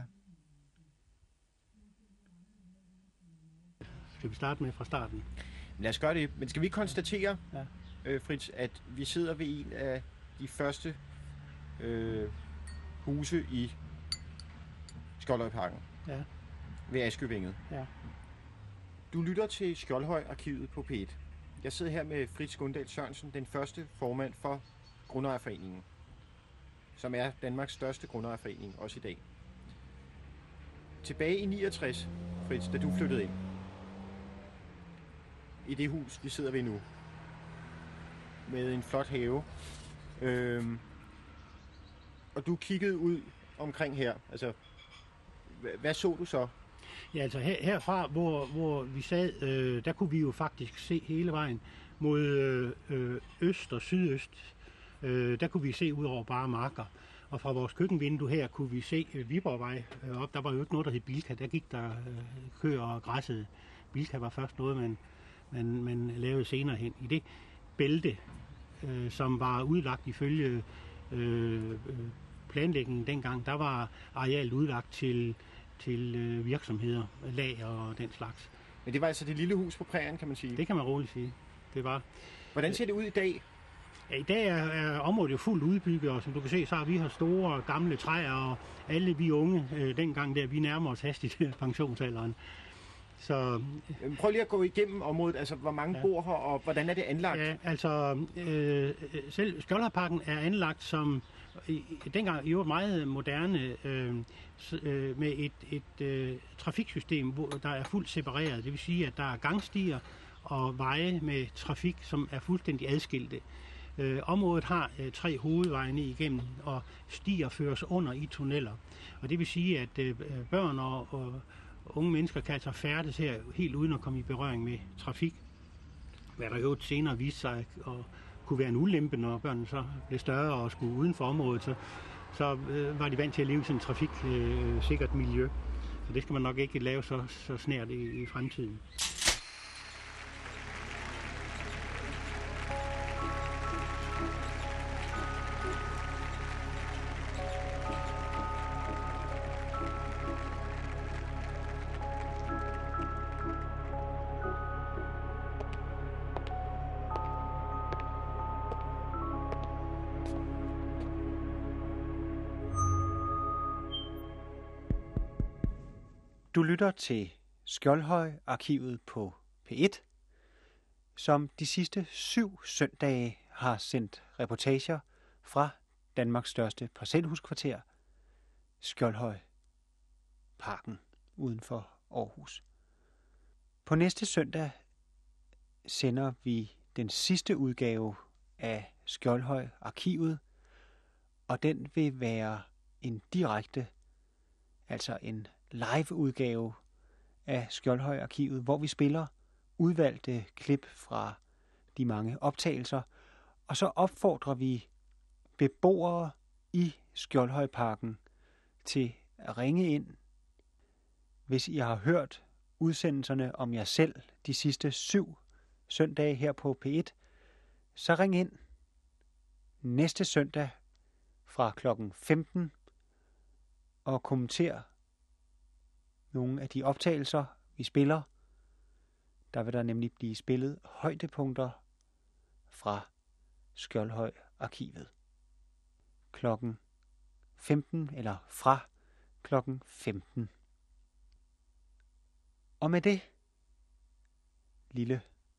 I: Skal vi starte med fra starten?
A: Lad os gøre det. Men skal vi konstatere,
I: ja.
A: øh, Fritz, at vi sidder ved en af de første øh, huse i Skoldhøjparken?
I: Ja.
A: Ved Askøvinget.
I: Ja.
A: Du lytter til Skjoldhøj-arkivet på P et. Jeg sidder her med Fritz Gundahl Sørensen, den første formand for Grundejerforeningen, som er Danmarks største grundejerforening, også i dag. Tilbage i niogtres, Fritz, da du flyttede ind i det hus, vi sidder ved nu, med en flot have, øhm, og du kiggede ud omkring her, altså, hvad, hvad så du så?
I: Ja, altså her, herfra, hvor, hvor vi sad, øh, der kunne vi jo faktisk se hele vejen mod øh, øst og sydøst. Øh, der kunne vi se ud over bare marker. Og fra vores køkkenvindue her kunne vi se øh, Viborgvej øh, op. Der var jo ikke noget, der hed Bilka. Der gik der øh, køer og græssede. Bilka var først noget, man, man, man lavede senere hen. I det bælte, øh, som var udlagt ifølge øh, planlægningen dengang, der var arealet udlagt til til øh, virksomheder, lager og den slags.
A: Men det var altså det lille hus på prærien, kan man sige?
I: Det kan man roligt sige. Det var.
A: Hvordan ser det ud i dag?
I: Ja, i dag er, er området jo fuldt udbygget, og som du kan se, så har vi her store gamle træer, og alle vi unge øh, dengang der, vi nærmer os hastigt pensionsalderen. Så,
A: Prøv lige at gå igennem området, altså hvor mange ja. bor her, og hvordan er det anlagt?
I: Ja, altså øh, selv Skjoldhøjparken er anlagt som i, dengang jo meget moderne øh, øh, med et, et øh, trafiksystem, hvor der er fuldt separeret. Det vil sige, at der er gangstier og veje med trafik, som er fuldstændig adskilte. Øh, området har øh, tre hovedveje ned igennem, og stier føres under i tunneller. Og det vil sige, at øh, børn og, og unge mennesker kan altså færdes her helt uden at komme i berøring med trafik. Hvad der jo senere viste sig at kunne være en ulempe, når børnene så blev større og skulle uden for området, så, så øh, var de vant til at leve i sådan et trafiksikkert øh, miljø. Så det skal man nok ikke lave så, så snært i, i fremtiden.
E: Du lytter til Skjoldhøj-arkivet på P et, som de sidste syv søndage har sendt reportager fra Danmarks største parcelhuskvarter, Skjoldhøjparken uden for Aarhus. På næste søndag sender vi den sidste udgave af Skjoldhøj Arkivet, og den vil være en direkte, altså en live udgave af Skjoldhøj Arkivet, hvor vi spiller udvalgte klip fra de mange optagelser, og så opfordrer vi beboere i Skjoldhøjparken til at ringe ind, hvis I har hørt udsendelserne om jer selv de sidste syv søndage her på P et, så ring ind næste søndag fra klokken femten og kommenter nogle af de optagelser, vi spiller. Der vil der nemlig blive spillet højdepunkter fra Skjoldhøj Arkivet. Klokken femten, eller fra klokken femten. Og med det lille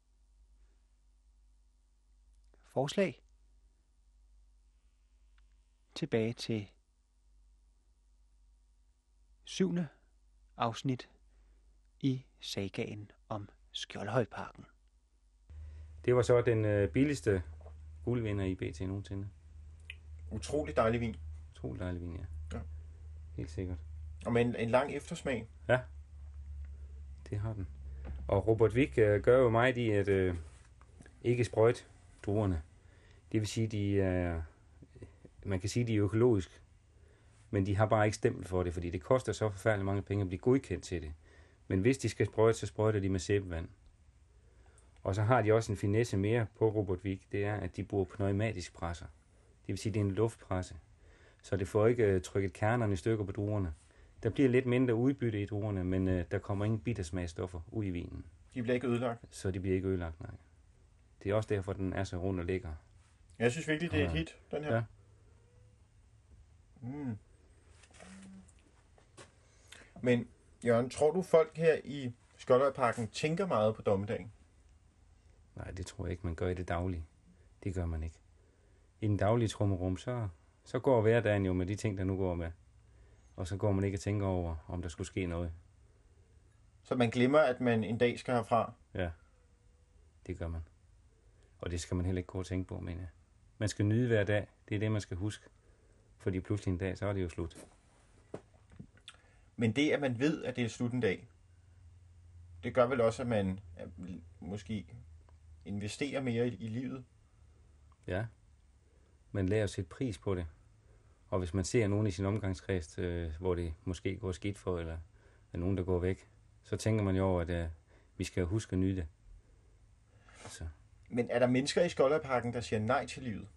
E: forslag tilbage til syvende afsnit i sagaen om Skjoldhøjparken.
F: Det var så den øh, billigste guldvinder i B T nogensinde.
A: Utrolig dejlig vin.
F: Utrolig dejlig vin, ja.
A: Ja.
F: Helt sikkert.
A: Og med en, en lang eftersmag.
F: Ja, det har den. Og Robert Wick øh, gør jo meget i at øh, ikke sprøjte druerne. Det vil sige, de er, man kan sige, de er økologisk, men de har bare ikke stempel for det, fordi det koster så forfærdeligt mange penge at blive godkendt til det. Men hvis de skal sprøjte, så sprøjter de med sæbevand. Og så har de også en finesse mere på Robert Wick, det er, at de bruger pneumatisk presser. Det vil sige, det er en luftpresse. Så det får ikke uh, trykket kernerne i stykker på druerne. Der bliver lidt mindre udbytte i druerne, men uh, der kommer ingen bittersmagsstoffer ud i vinen.
A: De bliver ikke ødelagt?
F: Så de bliver ikke ødelagt, nej. Det er også derfor, den er så rund og lækker.
A: Jeg synes virkelig, det er et hit, den her.
F: Ja.
A: Mm. Men Jørgen, tror du folk her i Skjoldhøjparken tænker meget på dommedagen?
F: Nej, det tror jeg ikke, man gør i det daglige. Det gør man ikke. I den daglige trummerum, så, så går hverdagen jo med de ting, der nu går med. Og så går man ikke og tænker over, om der skulle ske noget.
A: Så man glemmer, at man en dag skal herfra?
F: Ja, det gør man. Og det skal man heller ikke gå og tænke på, mener jeg. Man skal nyde hver dag. Det er det, man skal huske. Fordi pludselig en dag, så er det jo slut.
A: Men det, at man ved, at det er slut en dag, det gør vel også, at man måske investerer mere i, i livet?
F: Ja, man lærer at sætte pris på det. Og hvis man ser nogen i sin omgangskreds, øh, hvor det måske går skidt for, eller er nogen, der går væk, så tænker man jo over, at øh, vi skal huske at nyde det. Så.
A: Men er der mennesker i Skjoldhøjparken, der siger nej til livet?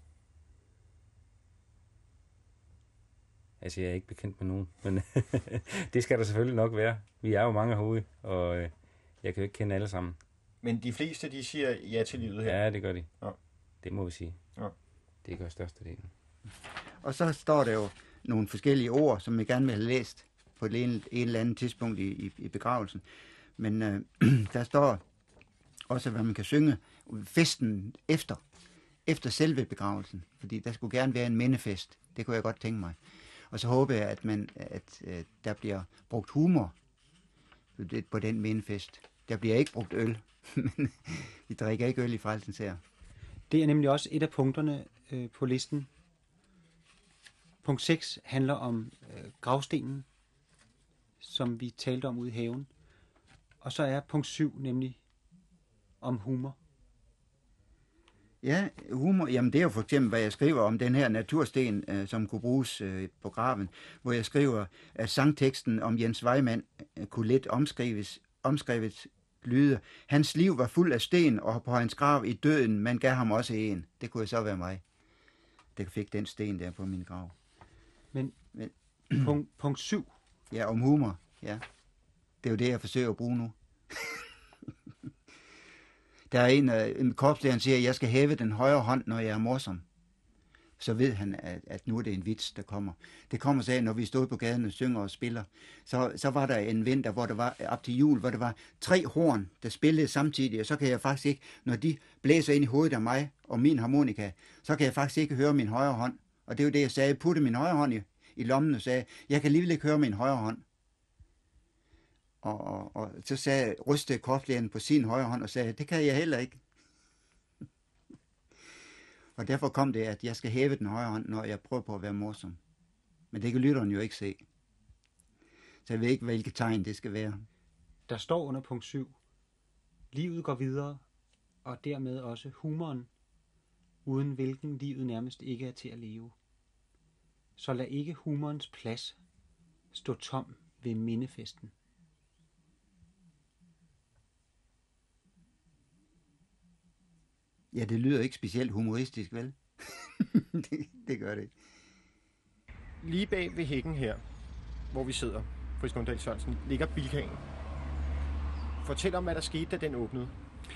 F: Altså, jeg er ikke bekendt med nogen, men det skal der selvfølgelig nok være. Vi er jo mange herude, og øh, jeg kan jo ikke kende alle sammen.
A: Men de fleste, de siger ja til livet her?
F: Ja, det gør de.
A: Ja.
F: Det må vi sige.
A: Ja.
F: Det gør størstedelen.
D: Og så står der jo nogle forskellige ord, som jeg gerne vil have læst på et en, en eller andet tidspunkt i, i, i begravelsen. Men øh, der står også, hvad man kan synge festen efter, efter selve begravelsen. Fordi der skulle gerne være en mindefest. Det kunne jeg godt tænke mig. Og så håber jeg, at, man, at øh, der bliver brugt humor på den mindefest. Der bliver ikke brugt øl, men vi drikker ikke øl i Frelsens Hær.
E: Det er nemlig også et af punkterne øh, på listen. Punkt seks handler om øh, gravstenen, som vi talte om ude i haven. Og så er punkt syv nemlig om humor.
D: Ja, humor, jamen det er jo for eksempel, hvad jeg skriver om den her natursten, øh, som kunne bruges øh, på graven, hvor jeg skriver, at sangteksten om Jens Vejmand øh, kunne let omskrives, omskrivet lyde. Hans liv var fuld af sten, og på hans grav i døden, man gav ham også en. Det kunne så være mig, der fik den sten der på min grav.
E: Men,
D: Men
E: punkt, punkt syv?
D: Ja, om humor, ja. Det er jo det, jeg forsøger at bruge nu. Der er en, en korpslærer, der siger, at jeg skal hæve den højre hånd, når jeg er morsom. Så ved han, at, at nu er det en vits, der kommer. Det kommer så af, når vi stod på gaden og synger og spiller. Så, så var der en vinter, hvor der var op til jul, hvor der var tre horn, der spillede samtidig. Og så kan jeg faktisk ikke, når de blæser ind i hovedet af mig og min harmonika, så kan jeg faktisk ikke høre min højre hånd. Og det er jo det, jeg sagde. Jeg puttede min højre hånd i, i lommen og sagde, jeg kan alligevel ikke høre min højre hånd. Og, og, og så sagde, rystede korpslægeren på sin højre hånd og sagde, det kan jeg heller ikke. Og derfor kom det, at jeg skal hæve den højre hånd, når jeg prøver på at være morsom. Men det kan lytteren jo ikke se. Så jeg ved ikke, hvilke tegn det skal være.
E: Der står under punkt syv, livet går videre, og dermed også humoren, uden hvilken livet nærmest ikke er til at leve. Så lad ikke humorens plads stå tom ved mindefesten.
D: Ja, det lyder ikke specielt humoristisk, vel? det, det gør det ikke.
A: Lige bag ved hækken her, hvor vi sidder, Frisk Undal Sørensen, ligger Bilkaen. Fortæl om, hvad der skete, da den åbnede.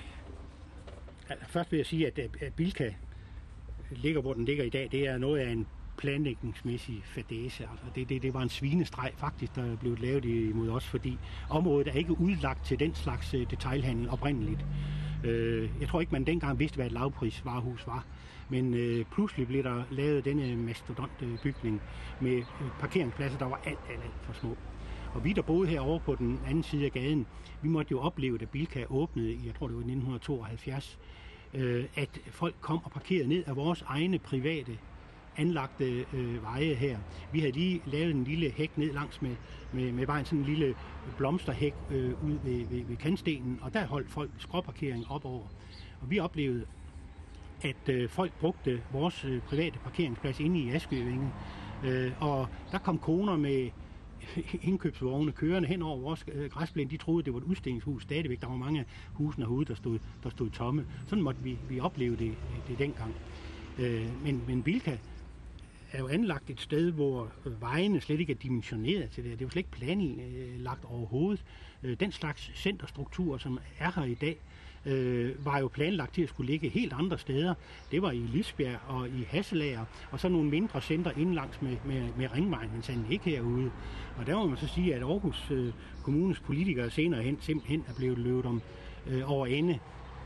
I: Altså, først vil jeg sige, at, at Bilka ligger, hvor den ligger i dag. Det er noget af en planlægningsmæssig fadæse. Altså, det, det, det var en svinestreg faktisk, der blev lavet imod os, fordi området er ikke udlagt til den slags detailhandel oprindeligt. Jeg tror ikke, man dengang vidste, hvad et lavprisvarehus var. Men øh, pludselig blev der lavet denne mastodontbygning med parkeringspladser, der var alt, alt, alt for små. Og vi, der boede herovre på den anden side af gaden, vi måtte jo opleve, da Bilka åbnede i, jeg tror det var nitten tooghalvfjerds, øh, at folk kom og parkerede ned af vores egne private anlagte øh, veje her. Vi havde lige lavet en lille hæk ned langs med, med, med vejen, sådan en lille blomsterhæk øh, ud ved, ved, ved kantstenen, og der holdt folk skråparkering op over. Og vi oplevede, at øh, folk brugte vores øh, private parkeringsplads inde i Askøvinge, øh, og der kom koner med indkøbsvogne kørende hen over vores øh, græsplæne. De troede, det var et udstillingshus stadigvæk. Der var mange af husene herude, der stod, der stod tomme. Sådan måtte vi, vi opleve det, det dengang. Øh, men, men Bilka er jo anlagt et sted, hvor vejene slet ikke er dimensioneret til det. Det er jo slet ikke planlagt overhovedet. Den slags centerstruktur, som er her i dag, øh, var jo planlagt til at skulle ligge helt andre steder. Det var i Lisbjerg og i Hasselager, og så nogle mindre center indlangs med, med, med Ringvejen, men sådan ikke herude. Og der må man så sige, at Aarhus øh, Kommunes politikere senere hen simpelthen er blevet løbet om øh, over ende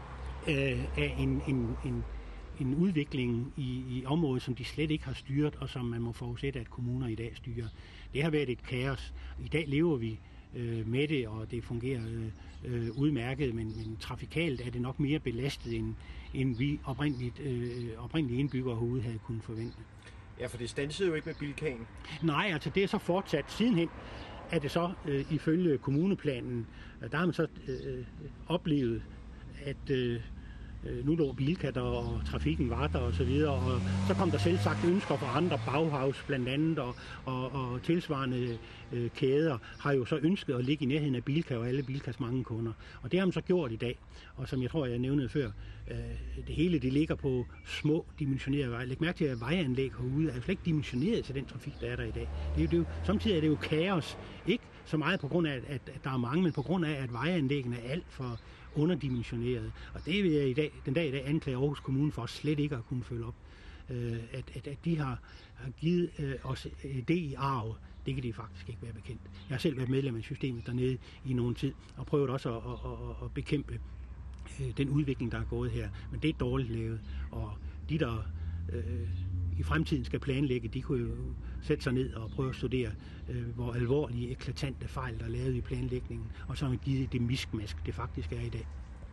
I: øh, af en, en, en en udvikling i, i området, som de slet ikke har styret, og som man må forudsætte, at kommuner i dag styrer. Det har været et kaos. I dag lever vi øh, med det, og det fungerer øh, udmærket, men, men trafikalt er det nok mere belastet, end, end vi oprindeligt, øh, oprindelige indbyggere herude havde kunnet forvente.
A: Ja, for det standsede jo ikke med Bilkaen.
I: Nej, altså det er så fortsat sidenhen, at det så øh, ifølge kommuneplanen, der har man så øh, oplevet, at øh, nu lå Bilka der, og trafikken var der og så videre, og så kom der selv sagt ønsker fra andre, Bauhaus blandt andet, og, og, og tilsvarende øh, kæder har jo så ønsket at ligge i nærheden af Bilka og alle Bilkas mange kunder. Og det har man så gjort i dag, og som jeg tror, jeg nævnede før, øh, det hele det ligger på små dimensionerede veje. Læg mærke til, at vejanlæg herude er jo slet ikke dimensioneret til den trafik, der er der i dag. Det er jo, det er jo, samtidig er det jo kaos, ikke så meget på grund af, at, at der er mange, men på grund af, at vejanlæggene er alt for underdimensioneret. Og det vil jeg i dag, den dag i dag anklage Aarhus Kommune for slet ikke at kunne følge op. Øh, at, at, at de har, har givet øh, os det i arv, det kan de faktisk ikke være bekendt. Jeg har selv været medlem af systemet dernede i nogen tid, og prøvet også at, at, at, at bekæmpe øh, den udvikling, der er gået her. Men det er dårligt lavet, og de, der øh, i fremtiden skal planlægge, de kunne jo sætte sig ned og prøve at studere, øh, hvor alvorlige, eklatante fejl, der er lavet i planlægningen, og så har man givet det miskmask, det faktisk er i dag.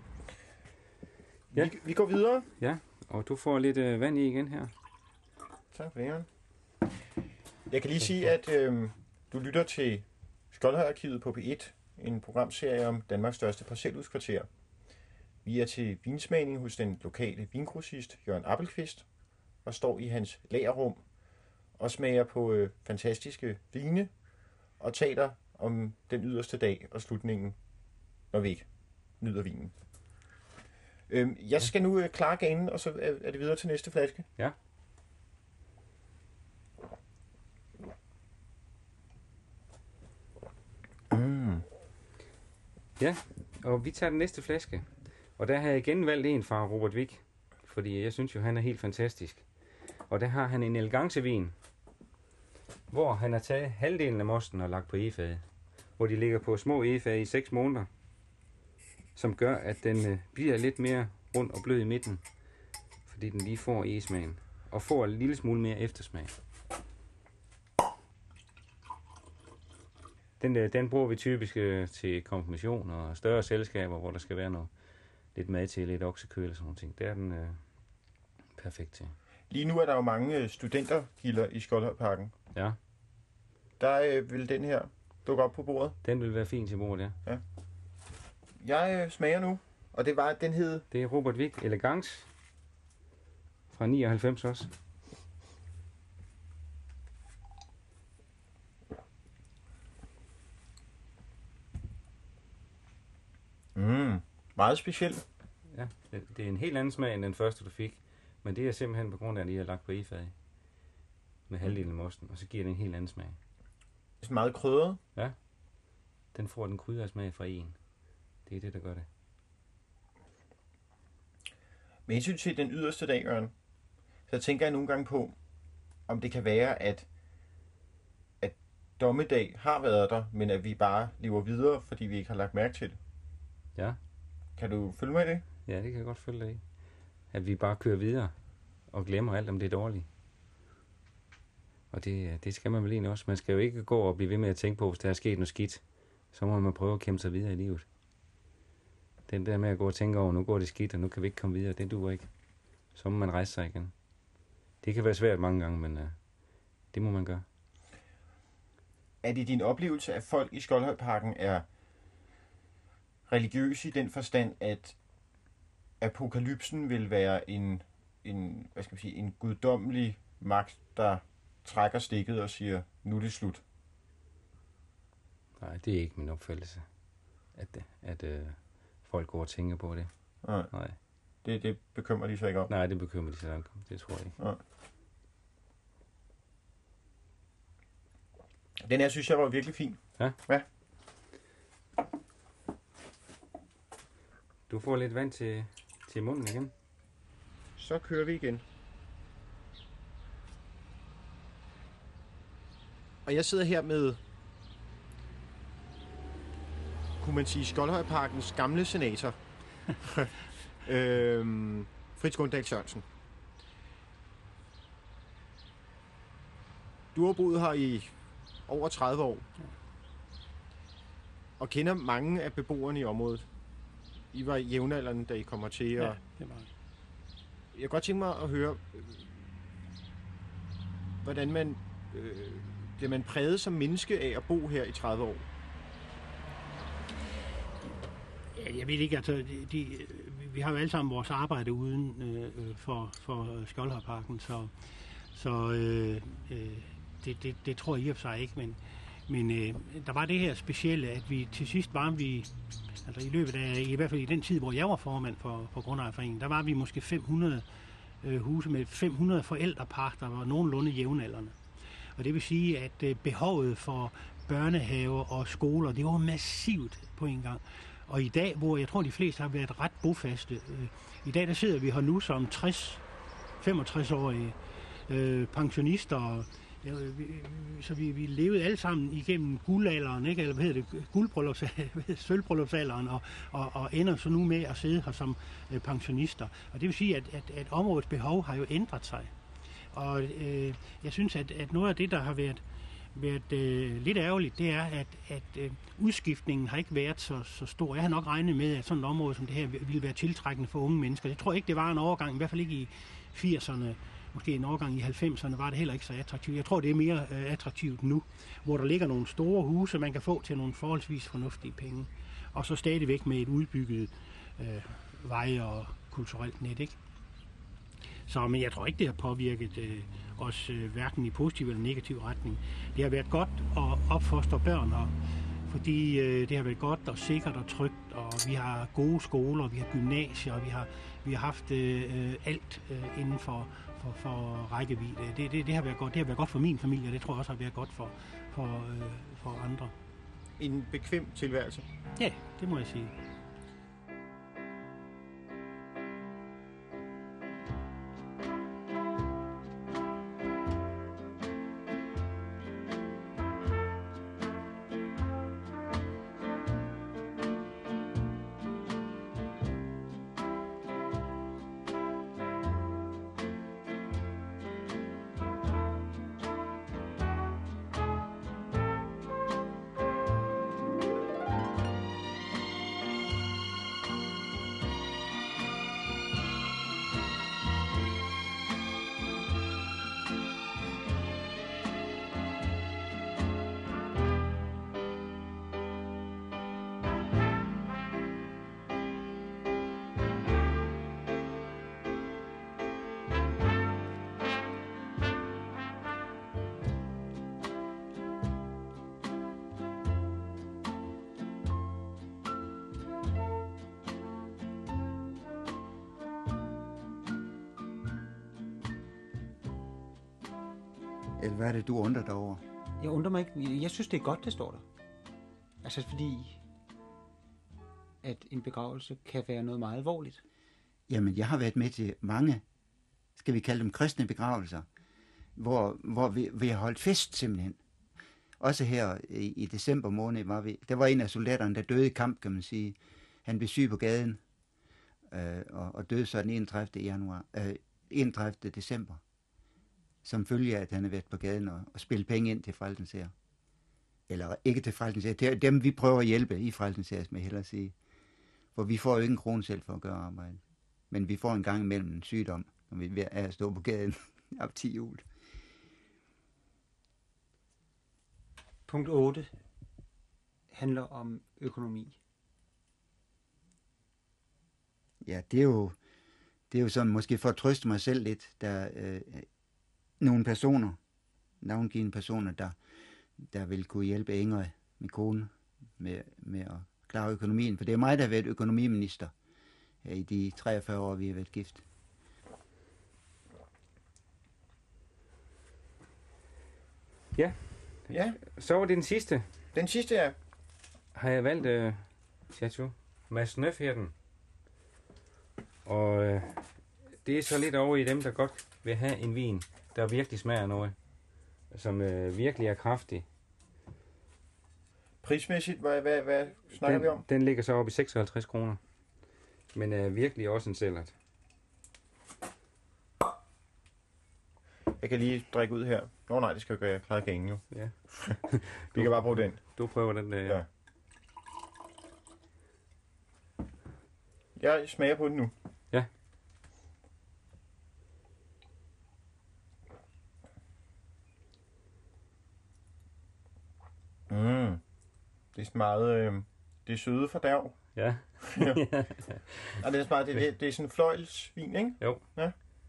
A: Ja. Vi, vi går videre.
F: Ja, og du får lidt øh, vand i igen her.
A: Tak for det, Jørgen. Jeg kan lige sige, at øh, du lytter til Skoldhøjarkivet på P et, en programserie om Danmarks største parcelhuskvarter. Vi er til vinsmagning hos den lokale vingrossist Jørgen Appelqvist, og står i hans lagerrum og smager på øh, fantastiske vine og taler om den yderste dag og slutningen, når vi ikke nyder vinen. Øh, jeg skal nu øh, klare ganen, og så er, er det videre til næste flaske.
F: Ja.
A: Mm.
F: Ja, og vi tager den næste flaske. Og der har jeg igen valgt en fra Robert Wiik, fordi jeg synes jo, han er helt fantastisk. Og der har han en elegancevin, hvor han har taget halvdelen af mosten og lagt på egefade, hvor de ligger på små egefade i seks måneder, som gør, at den øh, bliver lidt mere rund og blød i midten, fordi den lige får egesmagen, og får en lille smule mere eftersmag. Den, øh, den bruger vi typisk øh, til konfirmation og større selskaber, hvor der skal være noget lidt mad til, lidt oksekød eller sådan noget ting. Det er den øh, perfekt til.
A: Lige nu er der jo mange studentergilder i Skoldhøjparken.
F: Ja.
A: Der øh, vil den her dukke op på bordet.
F: Den vil være fin til bordet, ja.
A: Ja. Jeg øh, smager nu, og det var, den hed...
F: Det er Robert Wick Elegance fra nioghalvfems også.
A: Mm, meget speciel.
F: Ja, det, det er en helt anden smag end den første, du fik. Men det er simpelthen på grund af, at I har lagt på e-fad med halvdelen af mosten, og så giver det en helt anden smag.
A: Det er meget krydret.
F: Ja, den får den krydrede smag fra en. Det er det, der gør det.
A: Men hensyn til den yderste dag, Jørgen, så tænker jeg nogle gange på, om det kan være, at, at dommedag har været der, men at vi bare lever videre, fordi vi ikke har lagt mærke til det.
F: Ja.
A: Kan du følge mig i det?
F: Ja, det kan jeg godt følge dig i. At vi bare kører videre og glemmer alt om det er dårligt. Og det, det skal man vel egentlig også. Man skal jo ikke gå og blive ved med at tænke på, hvis der er sket noget skidt. Så må man prøve at kæmpe sig videre i livet. Den der med at gå og tænke over, nu går det skidt, og nu kan vi ikke komme videre, det duer ikke. Så må man rejse sig igen. Det kan være svært mange gange, men uh, det må man gøre.
A: Er det din oplevelse, at folk i Skoldhøjparken er religiøse i den forstand, at apokalypsen vil være en, en, hvad skal man sige, en guddommelig magt, der trækker stikket og siger, nu er det slut?
F: Nej, det er ikke min opfattelse, at, at uh, folk går og tænker på det.
A: Nej.
F: Nej.
A: Det, det bekymrer de sig ikke om?
F: Nej, det bekymrer de sig ikke om. Det tror jeg ikke.
A: Nej. Den her synes jeg var virkelig fin.
F: Ja?
A: Ja.
F: Du får lidt vand til, til munden igen.
A: Så kører vi igen. Og jeg sidder her med, kunne man sige, Skoldhøjparkens gamle senator. øhm, Frits Gundahl Sørensen. Du har boet her i over tredive år. Og kender mange af beboerne i området. I var jævnaldrende, da I kommer til.
I: Ja,
A: og
I: det var det.
A: Jeg kan godt tænke mig at høre, hvordan man øh, bliver man præget som menneske af at bo her i tredive år?
I: Ja, jeg ved ikke, altså, de, de, vi har jo alle sammen vores arbejde uden øh, for, for Skoldhøjparken, så, så øh, øh, det, det, det tror jeg i og for sig ikke, men, men øh, der var det her specielle, at vi til sidst var vi, altså i løbet af, i hvert fald i den tid, hvor jeg var formand for, for Grundejerforeningen, der var vi måske fem hundrede øh, huse med fem hundrede forældrepar, der var nogenlunde jævnaldrende. Og det vil sige, at øh, behovet for børnehaver og skoler, det var massivt på en gang. Og i dag, hvor jeg tror, de fleste har været ret bofaste, øh, i dag der sidder vi her nu som tres femogtres-årige øh, pensionister, øh, vi, så vi, vi levede alle sammen igennem guldalderen, ikke? Eller hvad hedder det, guldbryllupsalderen, sølvbryllupsalderen, og, og, og ender så nu med at sidde her som øh, pensionister. Og det vil sige, at, at, at områdets behov har jo ændret sig. Og øh, jeg synes, at, at noget af det, der har været været øh, lidt ærgerligt, det er, at, at øh, udskiftningen har ikke været så, så stor. Jeg har nok regnet med, at sådan et område som det her ville være tiltrækkende for unge mennesker. Jeg tror ikke, det var en overgang, i hvert fald ikke i firserne, måske en overgang i halvfemserne, var det heller ikke så attraktivt. Jeg tror, det er mere øh, attraktivt nu, hvor der ligger nogle store huse, man kan få til nogle forholdsvis fornuftige penge. Og så stadigvæk med et udbygget øh, vej og kulturelt net, ikke? Så, men jeg tror ikke, det har påvirket øh, os øh, hverken i positiv eller negativ retning. Det har været godt at opfostre børn her, fordi øh, det har været godt og sikkert og trygt, og vi har gode skoler, vi har gymnasier, og vi har, vi har haft øh, alt øh, inden for, for, for rækkevidde. Det, det, det, har været godt. Det har været godt for min familie, og det tror jeg også har været godt for, for, øh, for andre.
A: En bekvem tilværelse?
I: Ja, det må jeg sige.
D: Eller hvad er det, du undrer dig over?
E: Jeg undrer mig ikke. Jeg synes, det er godt, det står der. Altså fordi, at en begravelse kan være noget meget alvorligt.
D: Jamen, jeg har været med til mange, skal vi kalde dem kristne begravelser, hvor, hvor vi, vi har holdt fest simpelthen. Også her i, i december måned var vi, der var en af soldaterne, der døde i kamp, kan man sige. Han blev syg på gaden, øh, og, og døde så den enogtredivte januar, øh, enogtredivte december, som følge af, at han havde været på gaden og, og spillet penge ind til Frelsens Hær. Eller ikke til Frelsens Hær, det dem vi prøver at hjælpe i Frelsens Hær, skal jeg hellere sige. For vi får jo ikke en krone selv for at gøre arbejde. Men vi får en gang imellem en sygdom, når vi er at stå på gaden op til jul.
E: Punkt otte handler om økonomi.
D: Ja, det er jo, det er jo sådan, måske for at trøste mig selv lidt, der er øh, nogle personer, navngivende personer, der, der vil kunne hjælpe Ingrid, min kone, med, med at klare økonomien. For det er mig, der har været økonomiminister i de treogfyrre år, vi har været gift.
F: Ja.
A: Ja.
F: Så var det den sidste.
A: Den sidste, ja.
F: Har jeg valgt øh, Chateau Mads Nøfherden. Og øh, det er så lidt over i dem, der godt vil have en vin, der virkelig smager noget. Som øh, virkelig er kraftig.
A: Prismæssigt, hvad, hvad, hvad snakker
F: den,
A: vi om?
F: Den ligger så oppe i seksoghalvtreds kroner. Men er øh, virkelig også en sælgert.
A: Jeg kan lige drikke ud her. Nå nej, det skal jo gøre klare gængen jo.
F: Ja.
A: Vi kan bare bruge den.
F: Du prøver den der.
A: Ja. Jeg smager på den nu.
F: Ja.
A: Mm. Det er sådan meget... Øh, det er søde fordærv.
F: Ja.
A: Ja. Og det er, bare, det, det, det er sådan en fløjlsvin, ikke?
F: Jo.
A: Ja.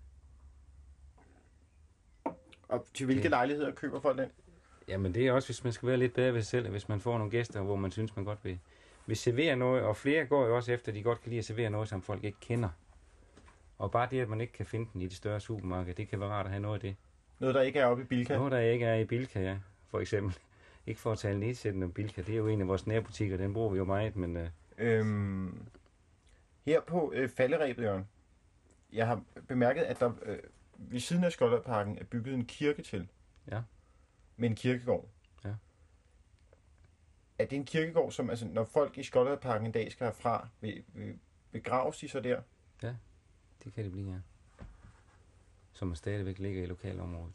A: Og til hvilke
F: det...
A: lejligheder køber folk den?
F: Jamen det er også, hvis man skal være lidt bedre ved sig selv, hvis man får nogle gæster, hvor man synes, man godt vil, vil servere noget. Og flere går jo også efter, at de godt kan lide at servere noget, som folk ikke kender. Og bare det, at man ikke kan finde den i de større supermarkeder, det kan være rart at have noget af det.
A: Noget, der ikke er oppe i Bilka?
F: Noget, der ikke er i Bilka, ja. For eksempel. Ikke for at tale nedsættende om Bilka. Det er jo en af vores nærbutikker, den bruger vi jo meget, men... Øh...
A: Øhm, her på øh, falderebet, Jørgen, jeg har bemærket, at der øh, ved siden af Skoldøjparken er bygget en kirke til.
F: Ja.
A: Med en kirkegård.
F: Ja.
A: Er det en kirkegård, som, altså, når folk i Skoldøjparken en dag skal herfra, vil, vil begraves de så der?
F: Ja, det kan det blive, ja. Som stadigvæk ligger i lokalområdet.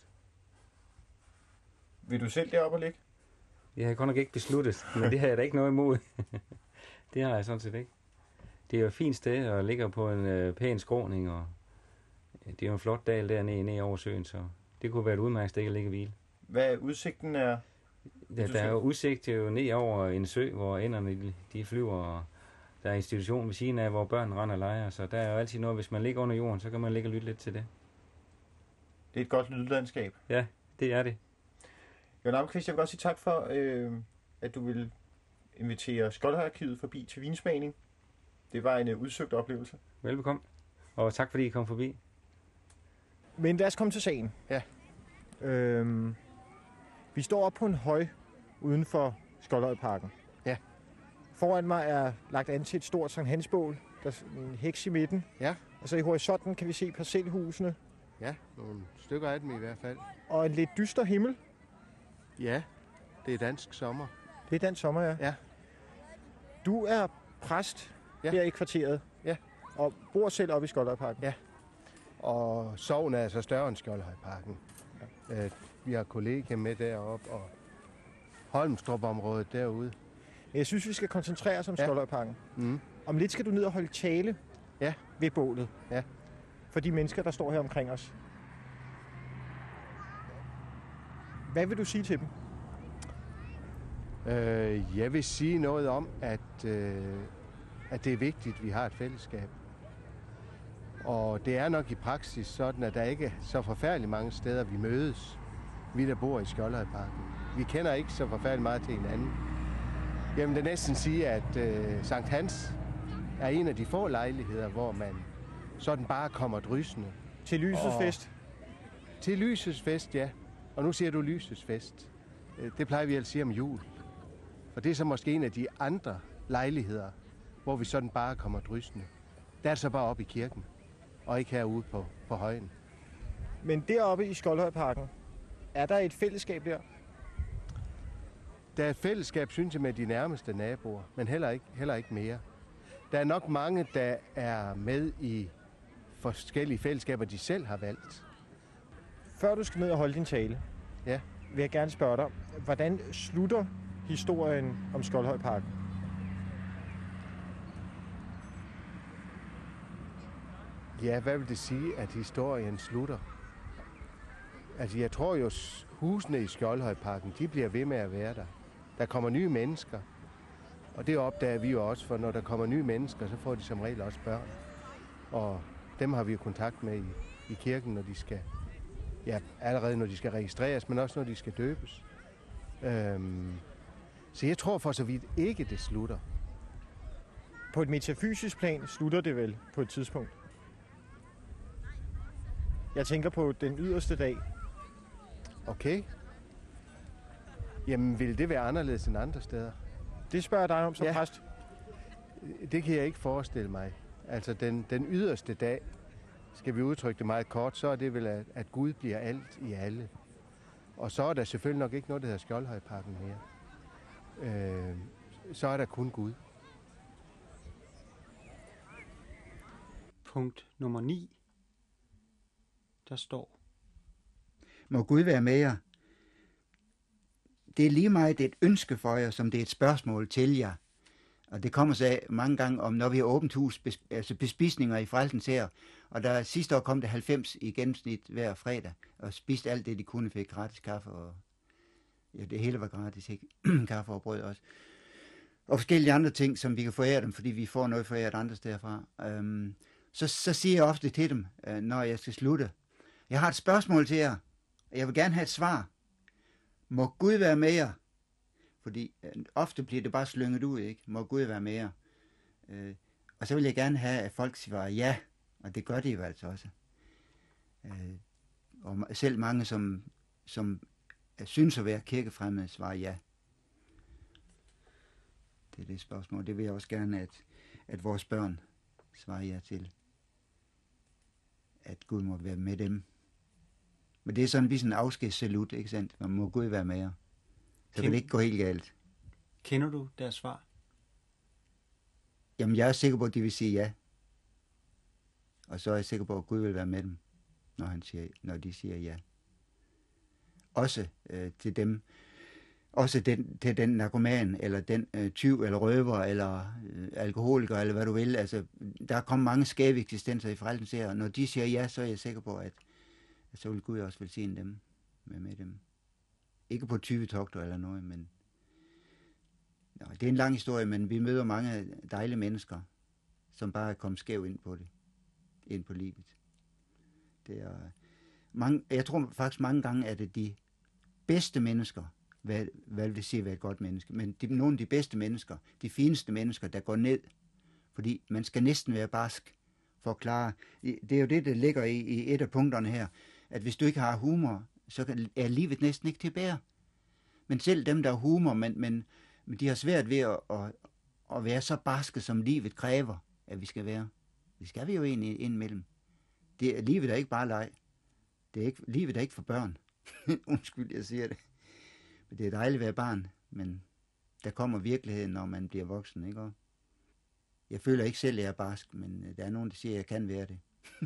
A: Vil du selv deroppe og ligge?
F: Det har jeg godt nok ikke besluttet, men det har jeg da ikke noget imod. Det har jeg sådan set ikke. Det er jo et fint sted, og ligger på en øh, pæn skråning, og det er jo en flot dal dernede ned over søen, så det kunne være et udmærket sted at ligge og hvile.
A: Hvad udsigten er?
F: Ja, der er jo udsigt til jo ned over en sø, hvor ænderne de, de flyver, og der er institution ved siden af, hvor børn render og leger, så der er jo altid noget, hvis man ligger under jorden, så kan man ligge og lytte lidt til det.
A: Det er et godt lydlandskab.
F: Ja, det er det.
A: Jørgen Almqvist, jeg vil godt sige tak for, øh, at du vil invitere Skoldhøjarkivet forbi til vinsmagning. Det var en uh, udsøgt oplevelse.
F: Velbekomme, og tak fordi I kom forbi.
A: Men lad os komme til sagen.
H: Ja.
A: Øhm, vi står oppe på en høj uden for Skoldhøjparken.
H: Ja.
A: Foran mig er lagt an til et stort Sankt Hansbål. Der er en heks i midten.
H: Ja.
A: Og så i horisonten kan vi se parcelhusene.
H: Ja, nogle stykker af dem i hvert fald.
A: Og en lidt dyster himmel.
H: Ja, det er dansk sommer.
A: Det er dansk sommer, ja.
H: Ja.
A: Du er præst
H: ja.
A: her i kvarteret.
H: Ja.
A: Og bor selv oppe i Skoldhøjparken.
H: Ja. Og sogn er altså større end Skoldhøjparken. Ja. Øh, vi har kollegier med deroppe, og Holmstrup-området derude.
A: Jeg synes, vi skal koncentrere os om
H: ja.
A: Skoldhøjparken.
H: Mm.
A: Om lidt skal du ned og holde tale
H: ja.
A: ved bålet.
H: Ja.
A: For de mennesker, der står her omkring os. Hvad vil du sige til dem?
H: Øh, jeg vil sige noget om, at, øh, at det er vigtigt, at vi har et fællesskab. Og det er nok i praksis sådan, at der ikke er så forfærdeligt mange steder, vi mødes. Vi, der bor i Skoldhøjparken. Vi kender ikke så forfærdeligt meget til hinanden. Jeg vil da næsten sige, at øh, Sankt Hans er en af de få lejligheder, hvor man sådan bare kommer drysende.
A: Til lysets fest?
H: Til lysets fest, ja.
J: Og nu siger du lysets fest. Det plejer vi at sige om jul. Og det er så måske en af de andre lejligheder, hvor vi sådan bare kommer drysende. Der er det så bare oppe i kirken, og ikke herude på, på højen.
K: Men deroppe i Skoldhøjparken, er der et fællesskab der?
J: Der er et fællesskab, synes jeg, med de nærmeste naboer, men heller ikke, heller ikke mere. Der er nok mange, der er med i forskellige fællesskaber, de selv har valgt.
K: Før du skal ned og holde din tale,
J: ja,
K: vil jeg gerne spørge dig, hvordan slutter historien om Skoldhøjparken?
J: Ja, hvad vil det sige, at historien slutter? Altså, jeg tror jo, husene i Skoldhøjparken, de bliver ved med at være der. Der kommer nye mennesker, og det opdager vi jo også, for når der kommer nye mennesker, så får de som regel også børn. Og dem har vi jo kontakt med i, i kirken, når de skal, ja, allerede når de skal registreres, men også når de skal døbes. Øhm, så jeg tror for så vidt ikke, det slutter.
K: På et metafysisk plan slutter det vel på et tidspunkt? Jeg tænker på den yderste dag.
J: Okay. Jamen, vil det være anderledes end andre steder?
K: Det spørger jeg dig om som
J: ja.
K: præst.
J: Det kan jeg ikke forestille mig. Altså, den, den yderste dag, skal vi udtrykke det meget kort, så er det vel, at, at Gud bliver alt i alle. Og så er der selvfølgelig nok ikke noget, der hedder Skjoldhøjparken mere. Øh, så er der kun Gud.
E: Punkt nummer ni. Der står:
D: Må Gud være med jer. Det er lige meget et ønske for jer, som det er et spørgsmål til jer. Og det kommer så mange gange om, når vi har åbent hus, altså bespisninger i Frelsens Hær. Og der sidste år kom der halvfems i gennemsnit hver fredag, og spiste alt det, de kunne, fik gratis kaffe, og ja, det hele var gratis, ikke? Kaffe og brød også. Og forskellige andre ting, som vi kan forære dem, fordi vi får noget foræret andre steder fra. Øhm, så, så siger jeg ofte til dem, øh, når jeg skal slutte: jeg har et spørgsmål til jer, og jeg vil gerne have et svar. Må Gud være med jer? Fordi øh, ofte bliver det bare slynget ud, ikke? Må Gud være med jer? Øh, og så vil jeg gerne have, at folk svarer ja, og det gør de jo altså også. Øh, og selv mange, som, som synes at være kirkefremmede, svarer ja. Det er det spørgsmål. Det vil jeg også gerne, at, at vores børn svarer ja til. At Gud må være med dem. Men det er sådan ligesom en afskedssalut, ikke sandt? Man må Gud være med jer. Så kan det ikke gå helt galt.
E: Kender du deres svar?
D: Jamen, jeg er sikker på, at de vil sige ja. Og så er jeg sikker på, at Gud vil være med dem, når, han siger, når de siger ja. Også øh, til dem, også den, til den narkoman, eller den øh, tyv, eller røver, eller øh, alkoholiker, eller hvad du vil. Altså, der er kommet mange skæve eksistenser i Frelsens Hær, og når de siger ja, så er jeg sikker på, at, at så vil Gud også velsigne dem med, med dem. Ikke på tyvetogter eller noget, men nå, det er en lang historie, men vi møder mange dejlige mennesker, som bare er kommet skæv ind på det, ind på livet. Det er mange, jeg tror faktisk mange gange, at det er de bedste mennesker, hvad, hvad vil det sige at være et godt menneske, men de, nogle af de bedste mennesker, de fineste mennesker, der går ned, fordi man skal næsten være barsk for at klare. Det er jo det, der ligger i, i et af punkterne her, at hvis du ikke har humor, så er livet næsten ikke til at bære. Men selv dem, der har humor, men, men, men de har svært ved at, at, at være så barske, som livet kræver, at vi skal være. Det skal vi jo egentlig indimellem. Det er, livet er ikke bare leg. Det er ikke, livet er ikke for børn. Undskyld, jeg siger det. Men det er dejligt at være barn, men der kommer virkeligheden, når man bliver voksen, ikke? Og jeg føler ikke selv, at jeg er barsk, men der er nogen, der siger, at jeg kan være det.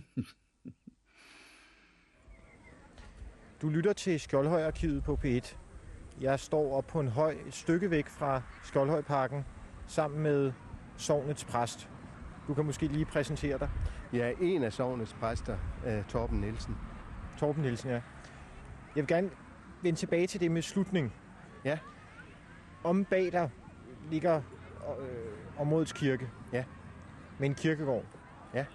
K: Du lytter til Skjoldhøjarkivet på P et. Jeg står op på en høj, et stykke væk fra Skjoldhøjparken, sammen med sognets præst. Du kan måske lige præsentere dig.
J: Jeg er en af sognets præster, uh, Torben Nielsen.
K: Torben Nielsen, ja. Jeg vil gerne vende tilbage til det med slutning.
J: Ja.
K: Om bag dig ligger øh, områdets kirke.
J: Ja.
K: Med en kirkegård.
J: Ja.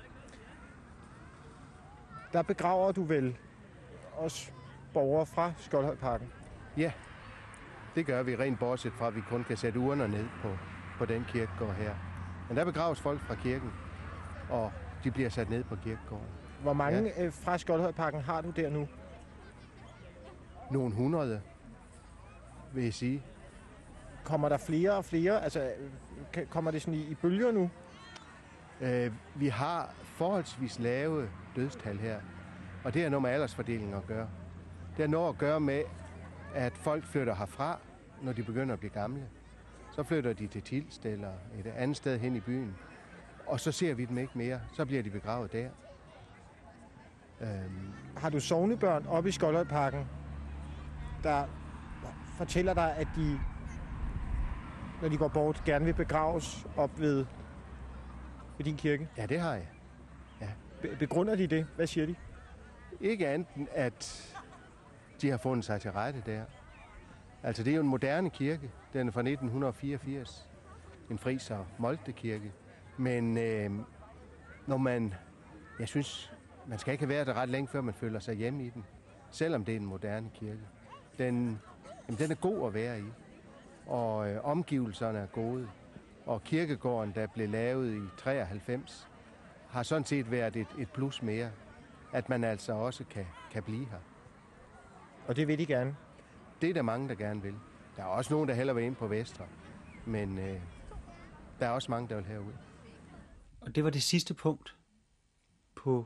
K: Der begraver du vel også borgere fra Skjoldhøjparken?
J: Ja, det gør vi rent bortset fra, at vi kun kan sætte urner ned på, på den kirkegård her. Men der begraves folk fra kirken, og de bliver sat ned på kirkegården.
K: Hvor mange ja. fra Skjoldhøjparken har du der nu?
J: nogle hundrede, vil jeg sige.
K: Kommer der flere og flere? Altså, kommer det sådan i, i bølger nu?
J: Øh, vi har forholdsvis lave dødstal her, og det har noget med aldersfordeling at gøre. Det har noget at gøre med, at folk flytter herfra, når de begynder at blive gamle. Så flytter de til Tilst eller et andet sted hen i byen, og så ser vi dem ikke mere. Så bliver de begravet der.
K: Øhm. Har du sognebørn oppe i Skoldhøjparken, der fortæller dig, at de, når de går bort, gerne vil begraves op ved, ved din kirke?
J: Ja, det har jeg. Ja.
K: Be- begrunder de det? Hvad siger de?
J: Ikke andet end, at de har fundet sig til rette der. Altså, det er jo en moderne kirke. Den er fra nitten fireogfirs. En fris- og moltekirke. Men øh, når man... Jeg synes, man skal ikke have været der ret længe, før man føler sig hjemme i den. Selvom det er en moderne kirke. Den, jamen, den er god at være i. Og øh, omgivelserne er gode. Og kirkegården, der blev lavet i treoghalvfems, har sådan set været et, et plus mere. At man altså også kan, kan blive her.
K: Og det vil de gerne?
J: Det er der mange, der gerne vil. Der er også nogen, der hellere vil ind på Vestre. Men øh, der er også mange, der vil herud.
E: Og det var det sidste punkt på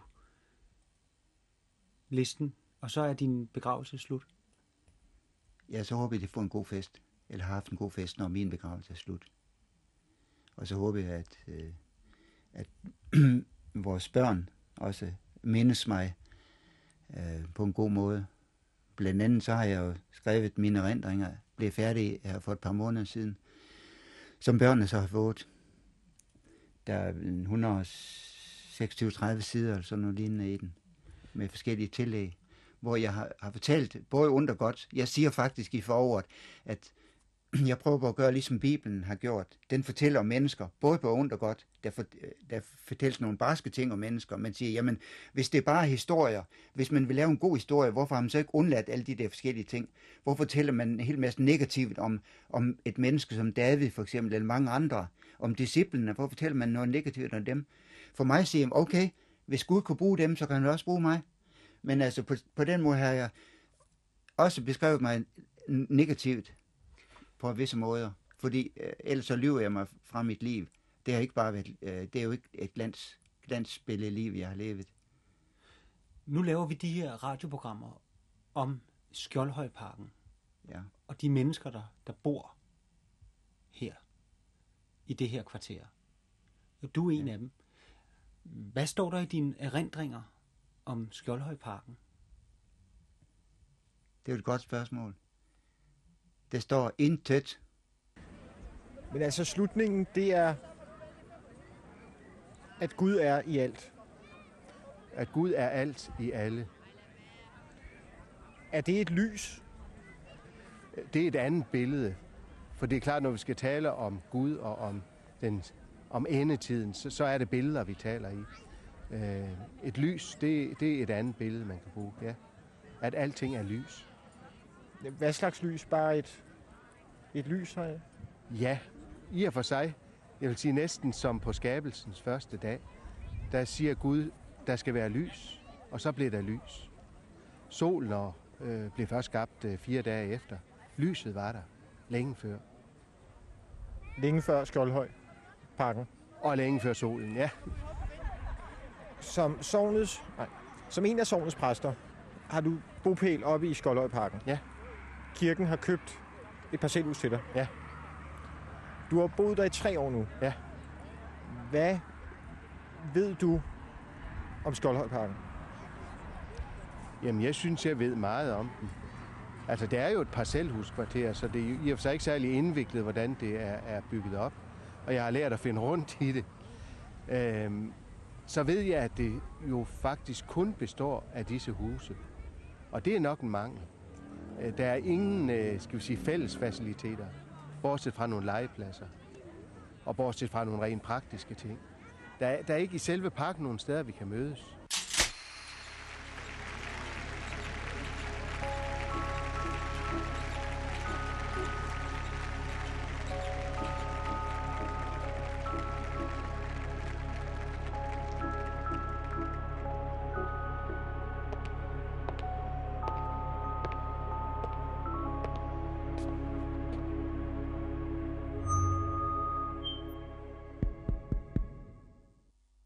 E: listen. Og så er din begravelse slut.
D: Ja, så håber jeg, at de får en god fest. Eller har haft en god fest, når min begravelse er slut. Og så håber jeg, at, øh, at vores børn også mindes mig øh, på en god måde. Blandt andet så har jeg jo skrevet mine erindringer, blev færdige her for et par måneder siden, som børnene så har fået. Der er et hundrede og seksogtyve til tredive sider, eller sådan noget lignende i den, med forskellige tillæg, hvor jeg har, har fortalt både ondt og godt. Jeg siger faktisk i forordet, at jeg prøver at gøre ligesom Bibelen har gjort. Den fortæller om mennesker, både på ondt og godt. Der, for, der fortælles nogle barske ting om mennesker. Man siger, jamen, hvis det er bare historier, hvis man vil lave en god historie, hvorfor har man så ikke undladt alle de der forskellige ting? Hvorfor fortæller man en hel masse negativt om, om et menneske som David for eksempel, eller mange andre, om disciplene? Hvorfor fortæller man noget negativt om dem? For mig siger jeg, okay, hvis Gud kunne bruge dem, så kan han også bruge mig. Men altså, på, på den måde har jeg også beskrevet mig negativt på visse måder, fordi øh, ellers så lyver jeg mig fra mit liv. Det har ikke bare været, øh, det er jo ikke et glans, glansbillede liv, jeg har levet.
E: Nu laver vi de her radioprogrammer om Skjoldhøjparken.
D: Ja.
E: Og de mennesker, der, der bor her, i det her kvarter. Og du er en ja. af dem. Hvad står der i dine erindringer om Skjoldhøjparken?
D: Det er jo et godt spørgsmål. Det står intet.
K: Men altså slutningen, det er, at Gud er i alt.
J: At Gud er alt i alle.
K: Er det et lys?
J: Det er et andet billede. For det er klart, når vi skal tale om Gud og om, den, om endetiden, så, så er det billeder, vi taler i. Øh, et lys, det, det er et andet billede, man kan bruge. Ja. At alting er lys.
K: Hvad slags lys? Bare et, et lys, har jeg?
J: Ja, i og for sig. Jeg vil sige næsten som på skabelsens første dag. Der siger Gud, der skal være lys, og så blev der lys. Solen øh, blev først skabt øh, fire dage efter. Lyset var der længe før.
K: Længe før Skjoldhøjparken?
J: Og længe før solen, ja.
K: Som, sognets, nej, som en af sognets præster har du bopæl oppe i Skjoldhøjparken?
J: Ja.
K: Kirken har købt et parcelhus til dig?
J: Ja.
K: Du har boet der i tre år nu?
J: Ja.
K: Hvad ved du om Skjoldhøjparken?
J: Jamen, jeg synes, jeg ved meget om den. Altså, det er jo et parcelhuskvarter, så det er i og for sig ikke særlig indviklet, hvordan det er, er bygget op. Og jeg har lært at finde rundt i det. Øhm, så ved jeg, at det jo faktisk kun består af disse huse. Og det er nok en mangel. Der er ingen, skal vi sige, fælles faciliteter, bortset fra nogle legepladser, og bortset fra nogle rent praktiske ting. Der er, der er ikke i selve parken nogen steder, vi kan mødes.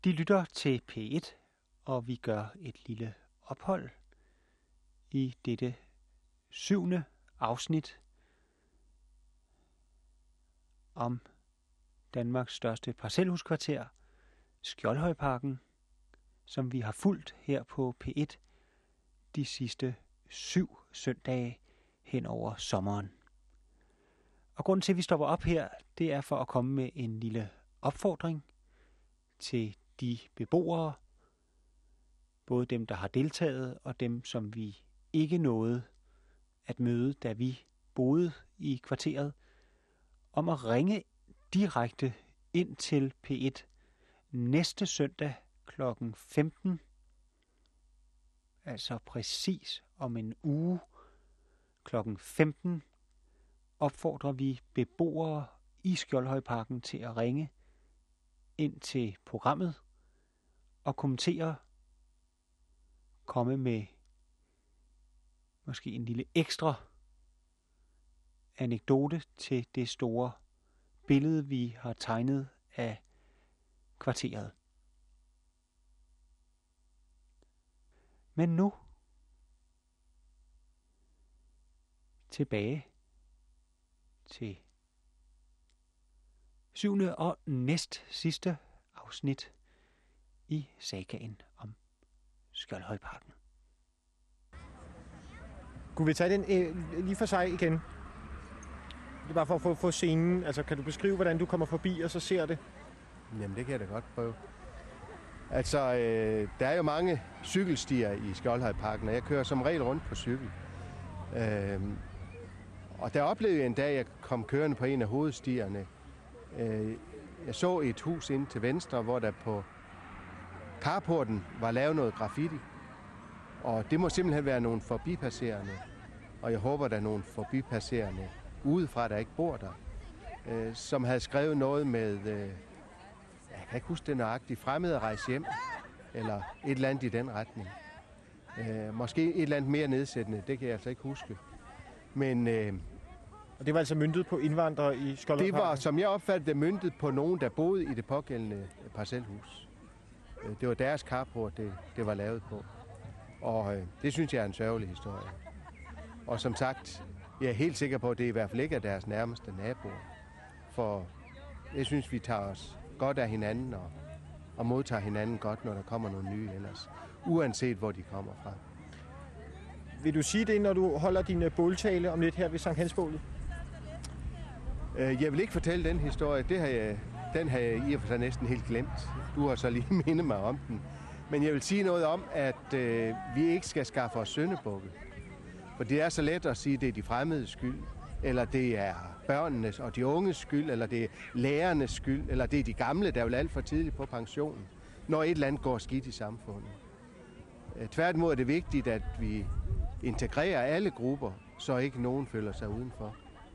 E: De lytter til P et, og vi gør et lille ophold i dette syvende afsnit om Danmarks største parcelhuskvarter, Skjoldhøjparken, som vi har fulgt her på P et de sidste syv søndage hen over sommeren. Og grunden til, at vi stopper op her, det er for at komme med en lille opfordring til de beboere, både dem, der har deltaget, og dem, som vi ikke nåede at møde, da vi boede i kvarteret, om at ringe direkte ind til P et næste søndag klokken femten, altså præcis om en uge klokken femten, opfordrer vi beboere i Skjoldhøjparken til at ringe ind til programmet og kommentere, komme med måske en lille ekstra anekdote til det store billede, vi har tegnet af kvarteret. Men nu tilbage til syvende og næst sidste afsnit i sagaen om Skjoldhøjparken.
K: Kunne vi tage den øh, lige for sig igen? Det er bare for at få, få scenen. Altså, kan du beskrive, hvordan du kommer forbi og så ser det?
J: Jamen, det kan jeg da godt prøve. Altså, øh, der er jo mange cykelstier i Skjoldhøjparken, og jeg kører som regel rundt på cykel. Øh, og der oplevede jeg en dag, jeg kom kørende på en af hovedstierne. Øh, jeg så et hus inde til venstre, hvor der på carporten var lavet noget graffiti. Og det må simpelthen være nogle forbipasserende. Og jeg håber, der er nogle forbipasserende udefra, der ikke bor der, øh, som havde skrevet noget med, øh, jeg kan ikke huske det nøjagtigt, fremmed at rejse hjem, eller et eller andet i den retning. Øh, måske et eller andet mere nedsættende, det kan jeg altså ikke huske. Men øh,
K: og det var altså møntet på indvandrere i Skjoldhøjparken?
J: Det var, som jeg opfattede det, møntet på nogen, der boede i det pågældende parcelhus. Øh, det var deres carport, det, det var lavet på. Og øh, det synes jeg er en sørgelig historie. Og som sagt, jeg er helt sikker på, at det i hvert fald ikke er deres nærmeste naboer. For jeg synes, vi tager os godt af hinanden og, og modtager hinanden godt, når der kommer nogle nye ellers. Uanset hvor de kommer fra.
K: Vil du sige det, når du holder din båltale om lidt her ved Sankt Hansbålet?
J: Øh, jeg vil ikke fortælle den historie. Det har jeg, den har jeg i og for sig næsten helt glemt. Du har så lige mindet mig om den. Men jeg vil sige noget om, at øh, vi ikke skal skaffe os syndebukke. For det er så let at sige, at det er de fremmedes skyld, eller det er børnenes og de unges skyld, eller det er lærernes skyld, eller det er de gamle, der er jo alt for tidligt på pensionen, når et eller andet går skidt i samfundet. Tværtimod er det vigtigt, at vi integrerer alle grupper, så ikke nogen føler sig udenfor.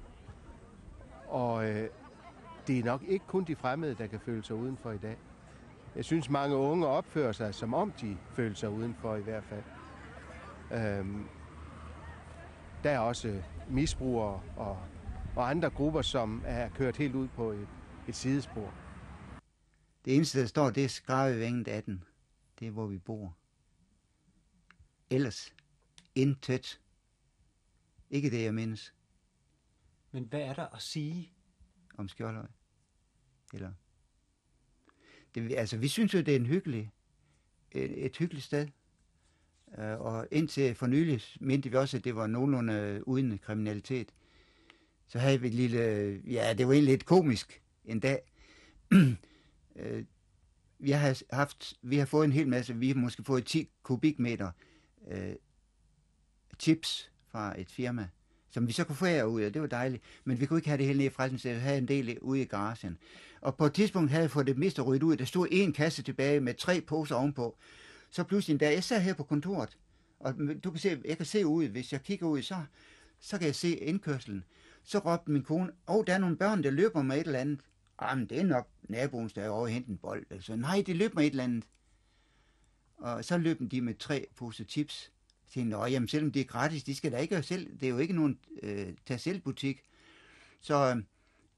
J: Og øh, det er nok ikke kun de fremmede, der kan føle sig udenfor i dag. Jeg synes, mange unge opfører sig, som om de føler sig udenfor i hvert fald. Øhm, der er også misbrugere og, og andre grupper, som er kørt helt ud på et, et sidespor.
D: Det eneste, der står, det er Skravevænget atten. Det er, hvor vi bor. Ellers intet. Ikke det, jeg mindes.
E: Men hvad er der at sige
D: om Skjoldhøj? Eller... Det, altså, vi synes jo, det er en hyggelig, et, et hyggeligt sted. Uh, og indtil for nylig mente vi også, at det var nogenlunde uden kriminalitet. Så havde vi et lille... Ja, det var egentlig lidt komisk en dag. uh, vi, har haft, vi har fået en hel masse... Vi har måske fået ti kubikmeter uh, chips fra et firma, som vi så kunne få herud, og det var dejligt. Men vi kunne ikke have det hele nede i Frelsensstedet, vi havde en del ude i garagen. Og på et tidspunkt havde jeg fået det meste ryddet ud. Der stod en kasse tilbage med tre poser ovenpå. Så pludselig en dag, jeg sad her på kontoret, og du kan se, jeg kan se ud, hvis jeg kigger ud, så, så kan jeg se indkørslen. Så råbte min kone, åh, oh, der er nogle børn, der løber med et eller andet. Jamen, det er nok naboen, der er over og hente en bold. Altså, nej, det løber med et eller andet. Og så løb de med tre poser chips. Så tænkte jeg, jamen, selvom det er gratis, de skal da ikke have selv. Det er jo ikke nogen øh, tag selv butik. Så øh,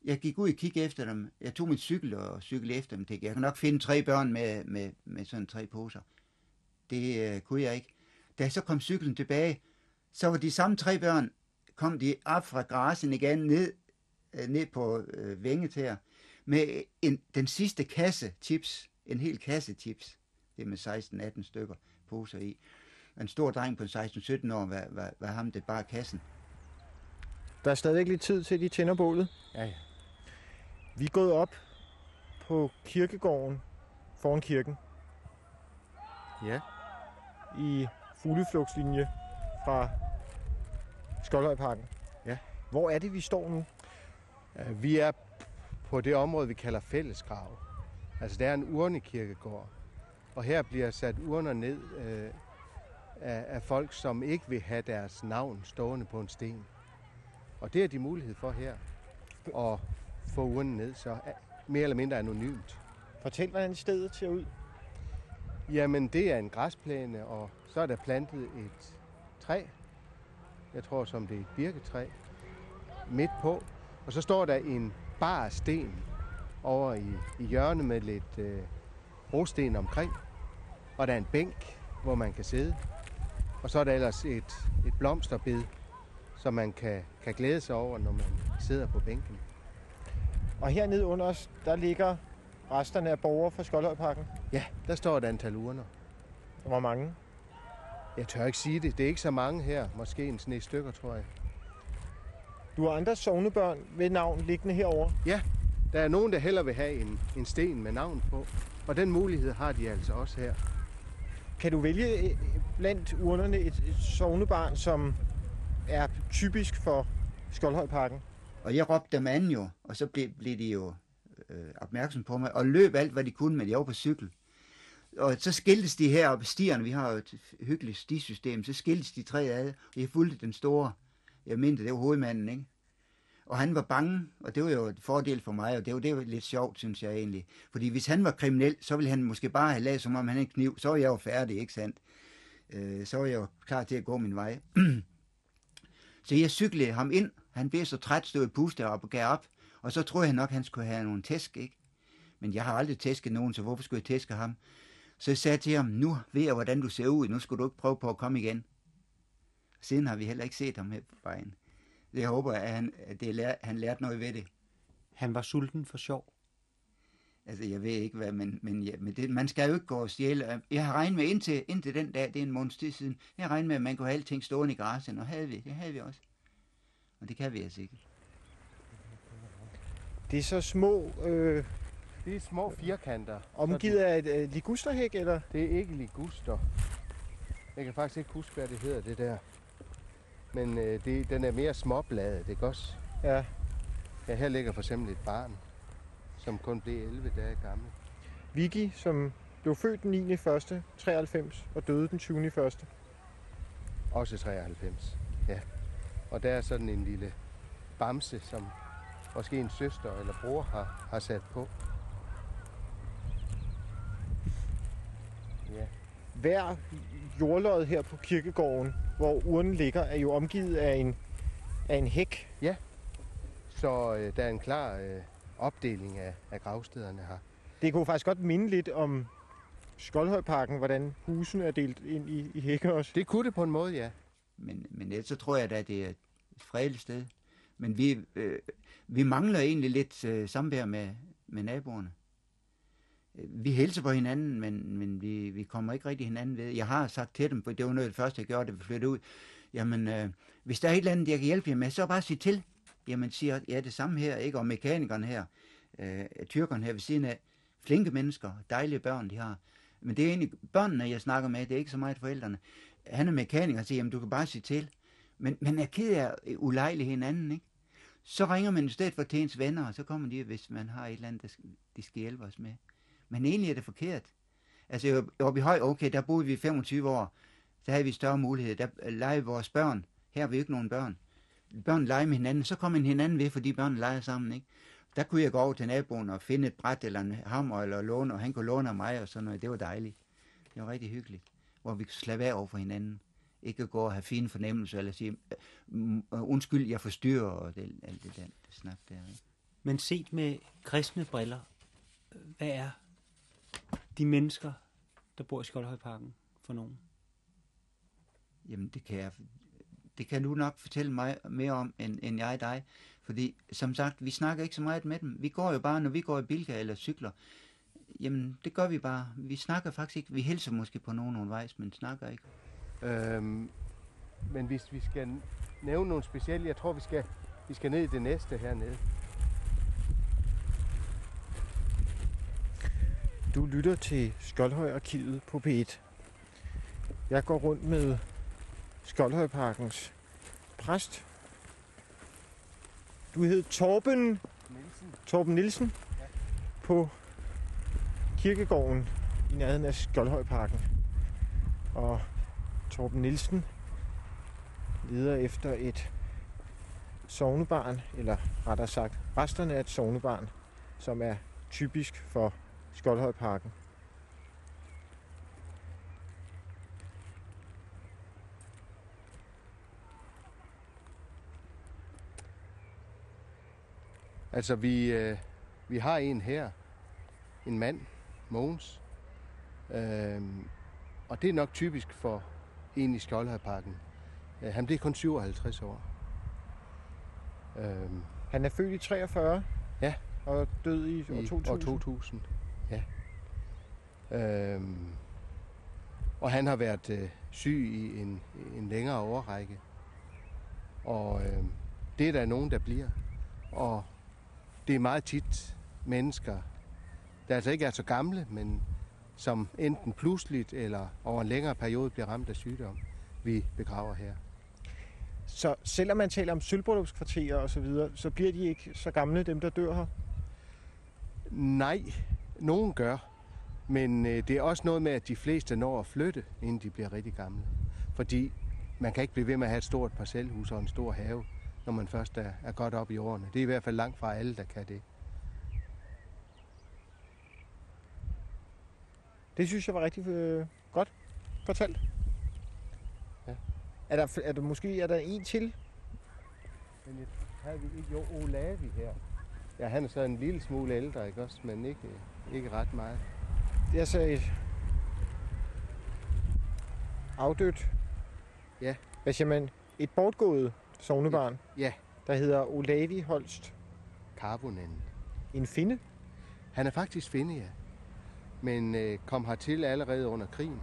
D: Jeg gik ud og kiggede efter dem. Jeg tog min cykel og cyklede efter dem. Jeg kan nok finde tre børn med, med, med sådan tre poser. Det øh, kunne jeg ikke. Da jeg så kom cyklen tilbage, så var de samme tre børn, kom de op fra græsen igen, ned, øh, ned på øh, vænget her, med en, den sidste kasse chips, en hel kasse chips. Det er med seksten atten stykker poser i. En stor dreng på seksten sytten år var, var, var ham, det bare kassen.
K: Der er stadig lidt tid til, de tænder bålet.
J: Ja, ja.
K: Vi er gået op på kirkegården foran kirken.
J: Ja.
K: I fugleflugtslinje fra Skoldhøjparken.
J: Ja.
K: Hvor er det, vi står nu?
J: Vi er på det område, vi kalder fællesgrav. Altså, der er en urnekirkegård. Og her bliver sat urner ned øh, af, af folk, som ikke vil have deres navn stående på en sten. Og det er de mulighed for her. At få urnen ned, så mere eller mindre anonymt.
K: Fortæl, hvordan stedet ser ud.
J: Jamen, det er en græsplæne, og så er der plantet et træ. Jeg tror, som det er et birketræ. Midt på. Og så står der en bar sten over i, i hjørnet med lidt øh, rosten omkring. Og der er en bænk, hvor man kan sidde. Og så er der ellers et, et blomsterbed, som man kan, kan glæde sig over, når man sidder på bænken.
K: Og hernede under os, der ligger resterne af borgere fra Skoldhøjparken.
J: Ja, der står et antal urner.
K: Hvor mange?
J: Jeg tør ikke sige det. Det er ikke så mange her. Måske en sne stykker, tror jeg.
K: Du har andre sognebørn ved navn liggende herover.
J: Ja, der er nogen, der hellere vil have en, en sten med navn på. Og den mulighed har de altså også her.
K: Kan du vælge blandt urnerne et, et sognebarn, som er typisk for Skoldhøjparken?
D: Og jeg råbte dem an jo, og så blev, blev de jo øh, opmærksom på mig, og løb alt, hvad de kunne, men jeg var på cykel. Og så skiltes de her op stierne, vi har jo et hyggeligt stisystem, så skiltes de tre ad, og jeg fulgte den store. Jeg mente, det var hovedmanden, ikke? Og han var bange, og det var jo et fordel for mig, og det var, det var lidt sjovt, synes jeg egentlig. Fordi hvis han var kriminel, så ville han måske bare have lavet, som om han havde en kniv, så var jeg jo færdig, ikke sandt? Øh, så var jeg jo klar til at gå min vej. Så jeg cyklede ham ind, han blev så træt, stod i puste op og gav op, og så troede jeg nok, han skulle have nogle tæsk, ikke? Men jeg har aldrig tæsket nogen, så hvorfor skulle jeg tæske ham? Så jeg sagde til ham, nu ved jeg, hvordan du ser ud, nu skal du ikke prøve på at komme igen. Siden har vi heller ikke set ham her på vejen. Jeg håber, at han, at det lær, han lærte noget ved det.
E: Han var sulten for sjov.
D: Altså, jeg ved ikke hvad, men, men, ja, men det, man skal jo ikke gå og stjæle. Jeg har regnet med indtil, indtil den dag, det er en måneds tid siden, jeg har regnet med, at man kunne have alting stående i græsen, og havde vi, det havde vi også. Og det kan vi altså ikke.
K: Det er så små... Øh,
J: det er små firkanter.
K: Omgivet af et øh, ligusterhæk, eller?
J: Det er ikke liguster. Jeg kan faktisk ikke huske, hvad det hedder, det der. Men øh, det, den er mere småbladet, ikke også?
K: Ja.
J: Ja, her ligger for eksempel et barn, som kun blev elleve dage gammel.
K: Vicky, som blev født den niende første treoghalvfems og døde den tyvende første
J: Også treoghalvfems, ja. Og der er sådan en lille bamse, som måske en søster eller bror har, har sat på. Ja.
K: Hver jordlod her på kirkegården, hvor urnen ligger, er jo omgivet af en, af en hæk.
J: Ja, så øh, der er en klar øh, opdeling af, af gravstederne her.
K: Det kunne faktisk godt minde lidt om Skoldhøjparken, hvordan husene er delt ind i, i hække også.
J: Det kunne det på en måde, ja.
D: Men, men ellers så tror jeg da, at det er et fredeligt sted. Men vi, øh, vi mangler egentlig lidt øh, samvær med, med naboerne. Vi hilser på hinanden, men, men vi, vi kommer ikke rigtig hinanden ved. Jeg har sagt til dem, for det var noget af det første, jeg gjorde, da vi flyttede ud. Jamen, øh, hvis der er et eller andet, jeg kan hjælpe jer med, så bare sig til. Jamen, siger ja, det samme her, ikke? Og mekanikerne her, øh, tyrkerne her ved siden af. Flinke mennesker, dejlige børn, de har. Men det er egentlig børnene, jeg snakker med, det er ikke så meget forældrene. Han er mekaniker og siger, jamen, du kan bare sige til. Men man er ked af at ulejlige hinanden, ikke? Så ringer man i stedet for til ens venner, og så kommer de, hvis man har et eller andet, der skal, de skal hjælpe os med. Men egentlig er det forkert. Altså, oppe i Høj, okay, der boede vi femogtyve år. Der havde vi større mulighed. Der legede vores børn. Her har vi ikke nogen børn. Børn leger med hinanden. Så kommer hinanden ved, fordi børn leger sammen, ikke? Der kunne jeg gå over til naboen og finde et bræt eller en hammer eller låne, og han kunne låne af mig og sådan noget. Det var dejligt. Det var rigtig hyggeligt. Hvor vi kunne slappe af over for hinanden. Ikke gå og have fine fornemmelser eller sige, undskyld, jeg forstyrrer og det, alt det der det snak der, ikke?
E: Men set med kristne briller, hvad er de mennesker, der bor i Skoldhøjparken for nogen?
D: Jamen, det kan jeg, det kan du nok fortælle mig mere om, end, end jeg dig. Fordi, som sagt, vi snakker ikke så meget med dem. Vi går jo bare, når vi går i bilka eller cykler. Jamen, det gør vi bare. Vi snakker faktisk ikke. Vi hilser måske på nogen undervejs, men snakker ikke.
J: Øhm, men hvis vi skal nævne nogle specielle, jeg tror, vi skal, vi skal ned i det næste hernede.
K: Du lytter til Skoldhøj-arkivet på P et. Jeg går rundt med Skoldhøjparkens præst. Du hed Torben Nielsen, Torben Nielsen ja. På kirkegården i nærheden af Skoldhøjparken. Og Torben Nielsen leder efter et sognebarn, eller rettere sagt resterne af et sognebarn, som er typisk for Skoldhøjparken.
J: Altså, vi, øh, vi har en her, en mand, Mogens, øh, og det er nok typisk for en i Skoldhøjparken. Øh, han blev kun syvoghalvtreds år. Øh,
K: Han er født i treogfyrre
J: ja.
K: Og død i år
J: I
K: to tusind.
J: år to tusind, ja. Øh, og han har været øh, syg i en, en længere årrække. Og øh, det er der nogen, der bliver. Og det er meget tit mennesker, der altså ikke er så gamle, men som enten pludseligt eller over en længere periode bliver ramt af sygdom, vi begraver her.
K: Så selvom man taler om sølvbryllupskvarterer og så videre, så bliver de ikke så gamle, dem der dør her?
J: Nej, nogen gør. Men øh, det er også noget med, at de fleste når at flytte, inden de bliver rigtig gamle. Fordi man kan ikke blive ved med at have et stort parcelhus og en stor have, når man først er, er godt op i årene. Det er i hvert fald langt fra alle, der kan det.
K: Det synes jeg var rigtig øh, godt fortalt.
J: Ja.
K: Er der, er der måske er der en til?
J: Men jeg, har vi ikke jo Olavi her? Ja, han er så en lille smule ældre, ikke også? Men ikke, ikke ret meget.
K: Det er så et afdødt,
J: ja.
K: Hvad siger man, et bortgået sognebarn,
J: ja.
K: Der hedder Olavi Holst
J: Karbonen.
K: En finne?
J: Han er faktisk finne, ja. Men øh, kom hertil allerede under krigen.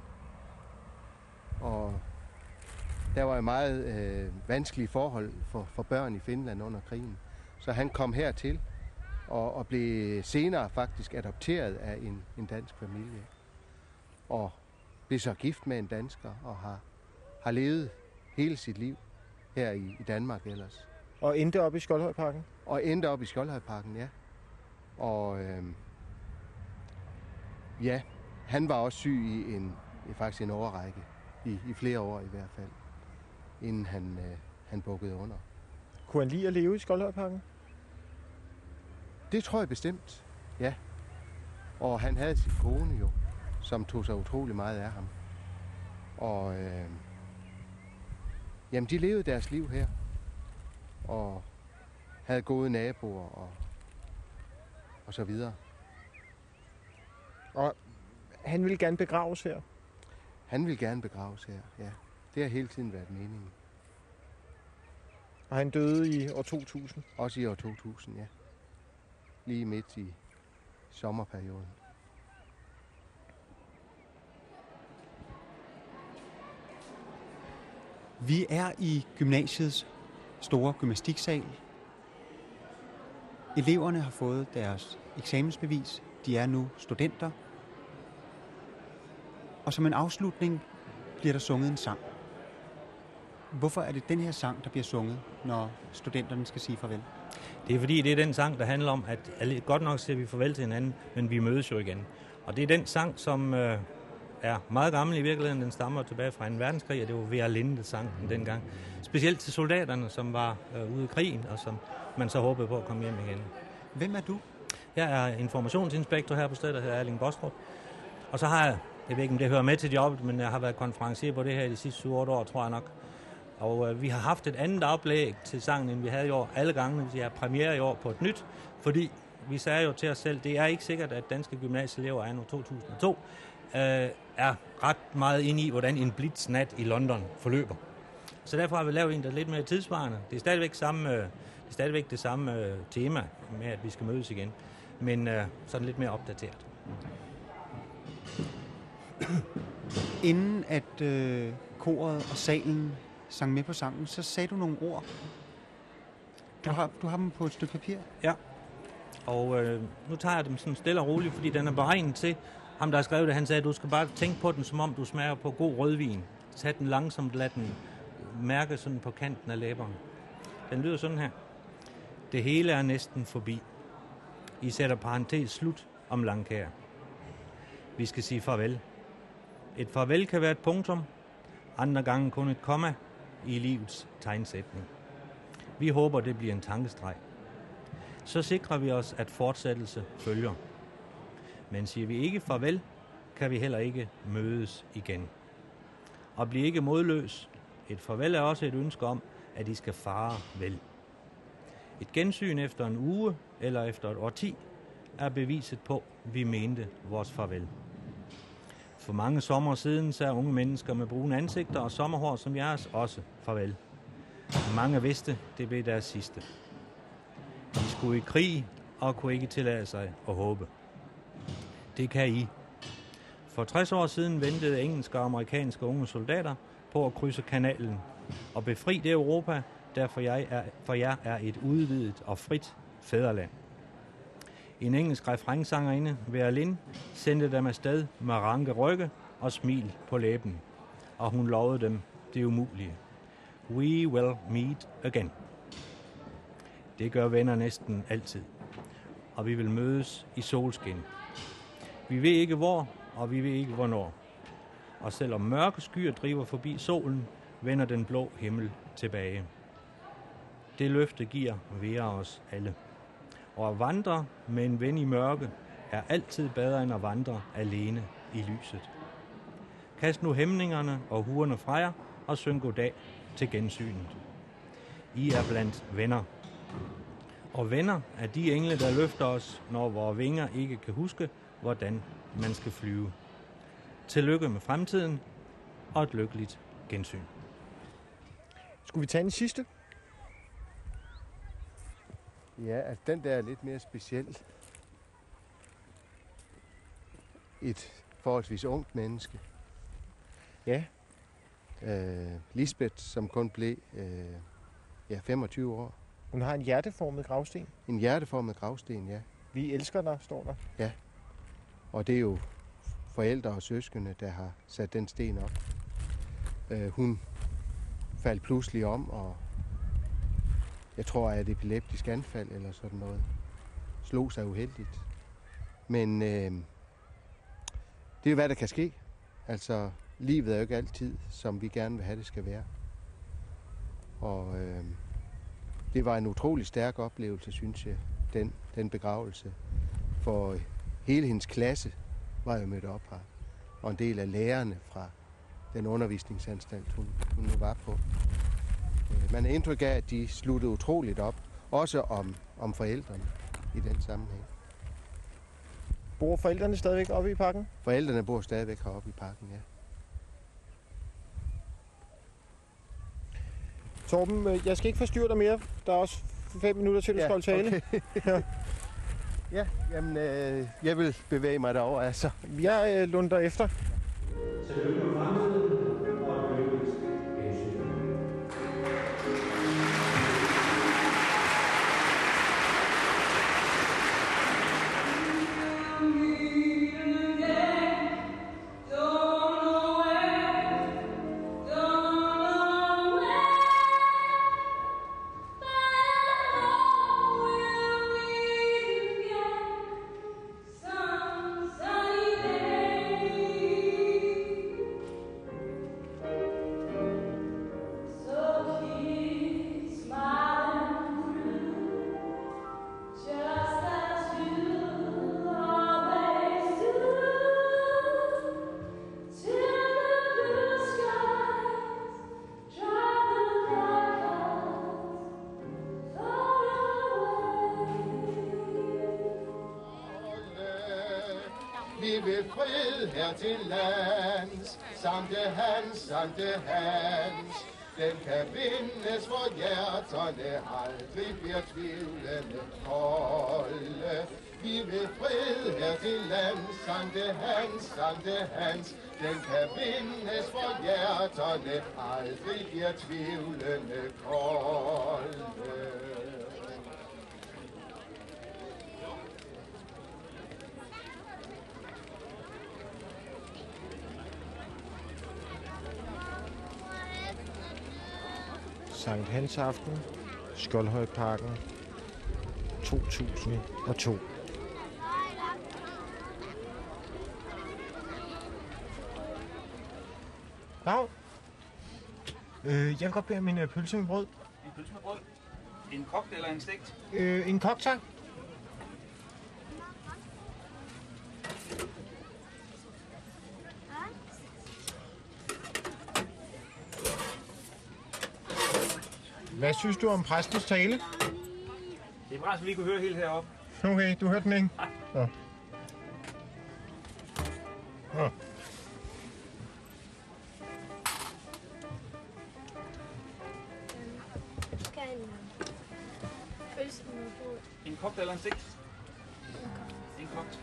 J: Og der var jo meget øh, vanskelige forhold for, for børn i Finland under krigen. Så han kom hertil og, og blev senere faktisk adopteret af en, en dansk familie. Og blev så gift med en dansker og har, har levet hele sit liv her i, i Danmark ellers.
K: Og endte op i Skoldhøjparken?
J: Og endte op i Skoldhøjparken, ja. Og øh, ja, han var også syg i en i faktisk en årrække. I, I flere år i hvert fald. Inden han, øh, han bukkede under.
K: Kunne han lide at leve i Skoldhøjparken?
J: Det tror jeg bestemt, ja. Og han havde sin kone jo, som tog sig utrolig meget af ham. Og øh, jamen, de levede deres liv her. Og havde gode naboer og, og så videre.
K: Og han ville gerne begraves her?
J: Han ville gerne begraves her, ja. Det har hele tiden været meningen.
K: Og han døde i år to tusind?
J: Også i år to tusind, ja. Lige midt i sommerperioden.
E: Vi er i gymnasiets store gymnastiksal. Eleverne har fået deres eksamensbevis. De er nu studenter. Og som en afslutning bliver der sunget en sang. Hvorfor er det den her sang, der bliver sunget, når studenterne skal sige farvel?
L: Det er fordi, det er den sang, der handler om, at godt nok siger vi farvel til hinanden, men vi mødes jo igen. Og det er den sang, som øh, er meget gammel i virkeligheden. Den stammer tilbage fra anden verdenskrig, og det var Vera Linde, der sang den dengang. Specielt til soldaterne, som var øh, ude i krigen, og som man så håbede på at komme hjem igen.
E: Hvem er du?
L: Jeg er informationsinspektor her på stedet, der hedder Erling Bostrup. Og så har jeg, jeg ved ikke, om det hører med til jobbet, men jeg har været konferencier på det her i de sidste syv otte år, tror jeg nok. Og øh, vi har haft et andet oplæg til sangen, end vi havde i år. Alle gange, vi har premiere i år på et nyt, fordi vi sagde jo til os selv, det er ikke sikkert, at danske gymnasieelever anno to tusind og to øh, er ret meget inde i, hvordan en blitznat i London forløber. Så derfor har vi lavet en, der er lidt mere tidsvarende. Det er stadigvæk, samme, øh, det, er stadigvæk det samme øh, tema med, at vi skal mødes igen, men øh, sådan lidt mere opdateret.
E: Inden at øh, koret og salen sang med på sangen, så sagde du nogle ord. Du har, du har dem på et stykke papir?
L: Ja, og øh, nu tager jeg dem sådan stille og roligt, fordi den er beregnet til, ham der har skrevet det, han sagde, at du skal bare tænke på den, som om du smager på god rødvin. Tag den langsomt, lad den mærke sådan på kanten af læberne. Den lyder sådan her. Det hele er næsten forbi. I sætter parentes slut om Langkær. Vi skal sige farvel. Et farvel kan være et punktum, andre gange kun et komma i livets tegnsætning. Vi håber, det bliver en tankestreg. Så sikrer vi os, at fortsættelse følger. Men siger vi ikke farvel, kan vi heller ikke mødes igen. Og bliv ikke modløs. Et farvel er også et ønske om, at I skal fare vel. Et gensyn efter en uge eller efter et årti er beviset på, at vi mente vores farvel. For mange sommer siden sagde unge mennesker med brune ansigter og sommerhår som jeres også farvel. Mange vidste, det blev deres sidste. De skulle i krig og kunne ikke tillade sig at håbe. Det kan I. For tres år siden ventede engelske og amerikanske unge soldater på at krydse kanalen og befri det Europa, der for, jeg er, for jer er et udvidet og frit fædreland. En engelsk refrænsangerinde, Vera Lind, sendte dem afsted med ranke rygge og smil på læben, og hun lovede dem det umulige. We will meet again. Det gør venner næsten altid, og vi vil mødes i solskin. Vi ved ikke hvor, og vi ved ikke hvornår. Og selvom mørke skyer driver forbi solen, vender den blå himmel tilbage. Det løfte giver Vera os alle. Og at vandre med en ven i mørke er altid bedre end at vandre alene i lyset. Kast nu hæmningerne og hurene fra jer og syng goddag til gensynet. I er blandt venner. Og venner er de engle, der løfter os, når vores vinger ikke kan huske, hvordan man skal flyve. Tillykke med fremtiden og et lykkeligt gensyn.
K: Skulle vi tage en sidste?
J: Ja, at den der er lidt mere speciel. Et forholdsvis ungt menneske.
K: Ja.
J: Øh, Lisbeth, som kun blev øh, ja, femogtyve år.
K: Hun har en hjerteformet gravsten.
J: En hjerteformet gravsten, ja.
K: Vi elsker dig, står der.
J: Ja. Og det er jo forældre og søskende, der har sat den sten op. Øh, hun faldt pludselig om, og jeg tror, at et epileptisk anfald eller sådan noget slog sig uheldigt. Men øh, det er jo, hvad der kan ske. Altså, livet er jo ikke altid, som vi gerne vil have, det skal være. Og øh, det var en utrolig stærk oplevelse, synes jeg, den, den begravelse. For hele hendes klasse var jo mødt op her. Og en del af lærerne fra den undervisningsanstalt, hun, hun nu var på. Man har indtryk af, at de sluttede utroligt op. Også om, om forældrene i den sammenhæng.
K: Bor forældrene stadigvæk oppe i parken?
J: Forældrene bor stadigvæk heroppe i parken, ja.
K: Torben, jeg skal ikke forstyrre dig mere. Der er også fem minutter til, du
J: ja,
K: skal tale.
J: Okay.
K: ja.
J: ja, jamen, øh, jeg vil bevæge mig derover, altså.
K: Jeg øh, lunder efter.
L: Tillykke med fremtiden og lykkeligst gensyn.
J: Vi vil fred her til lands. Sankte Hans, Sankte Hans. Den kan vindes, hvor hjerterne aldrig bliver tvivlende kolde. Vi vil fred her til lands. Sankte Hans, Sankte Hans. Den kan vindes, hvor hjerterne aldrig bliver tvivlende kolde.
K: Sankt Hans aften, Skjoldhøjparken, to tusind og to. Dag. Øh, jeg vil godt bede min uh, pølse med brød.
M: En pølse med brød? En kogt eller en stegt?
K: Øh, en kogt, tak. Hvad synes du om præstens tale?
M: Det er bra, så vi kunne høre helt heroppe.
K: Okay, du hørte den ikke? Ja. Ja.
B: Skal en pølse med brød?
M: En kogt eller en stegt? En kogt.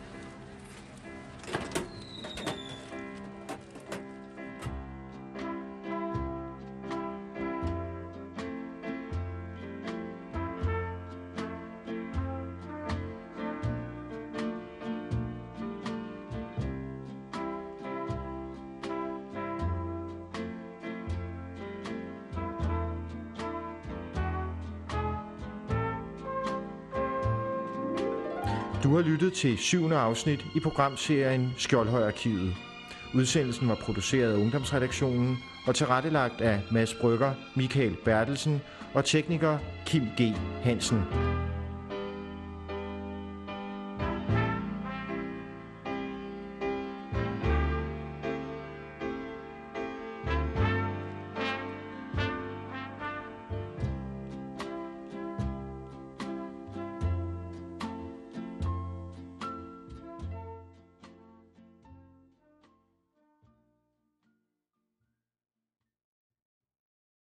A: Du har lyttet til syvende afsnit i programserien Skjoldhøjarkivet. Udsendelsen var produceret af Ungdomsredaktionen og tilrettelagt af Mads Brygger, Michael Bertelsen og tekniker Kim G. Hansen.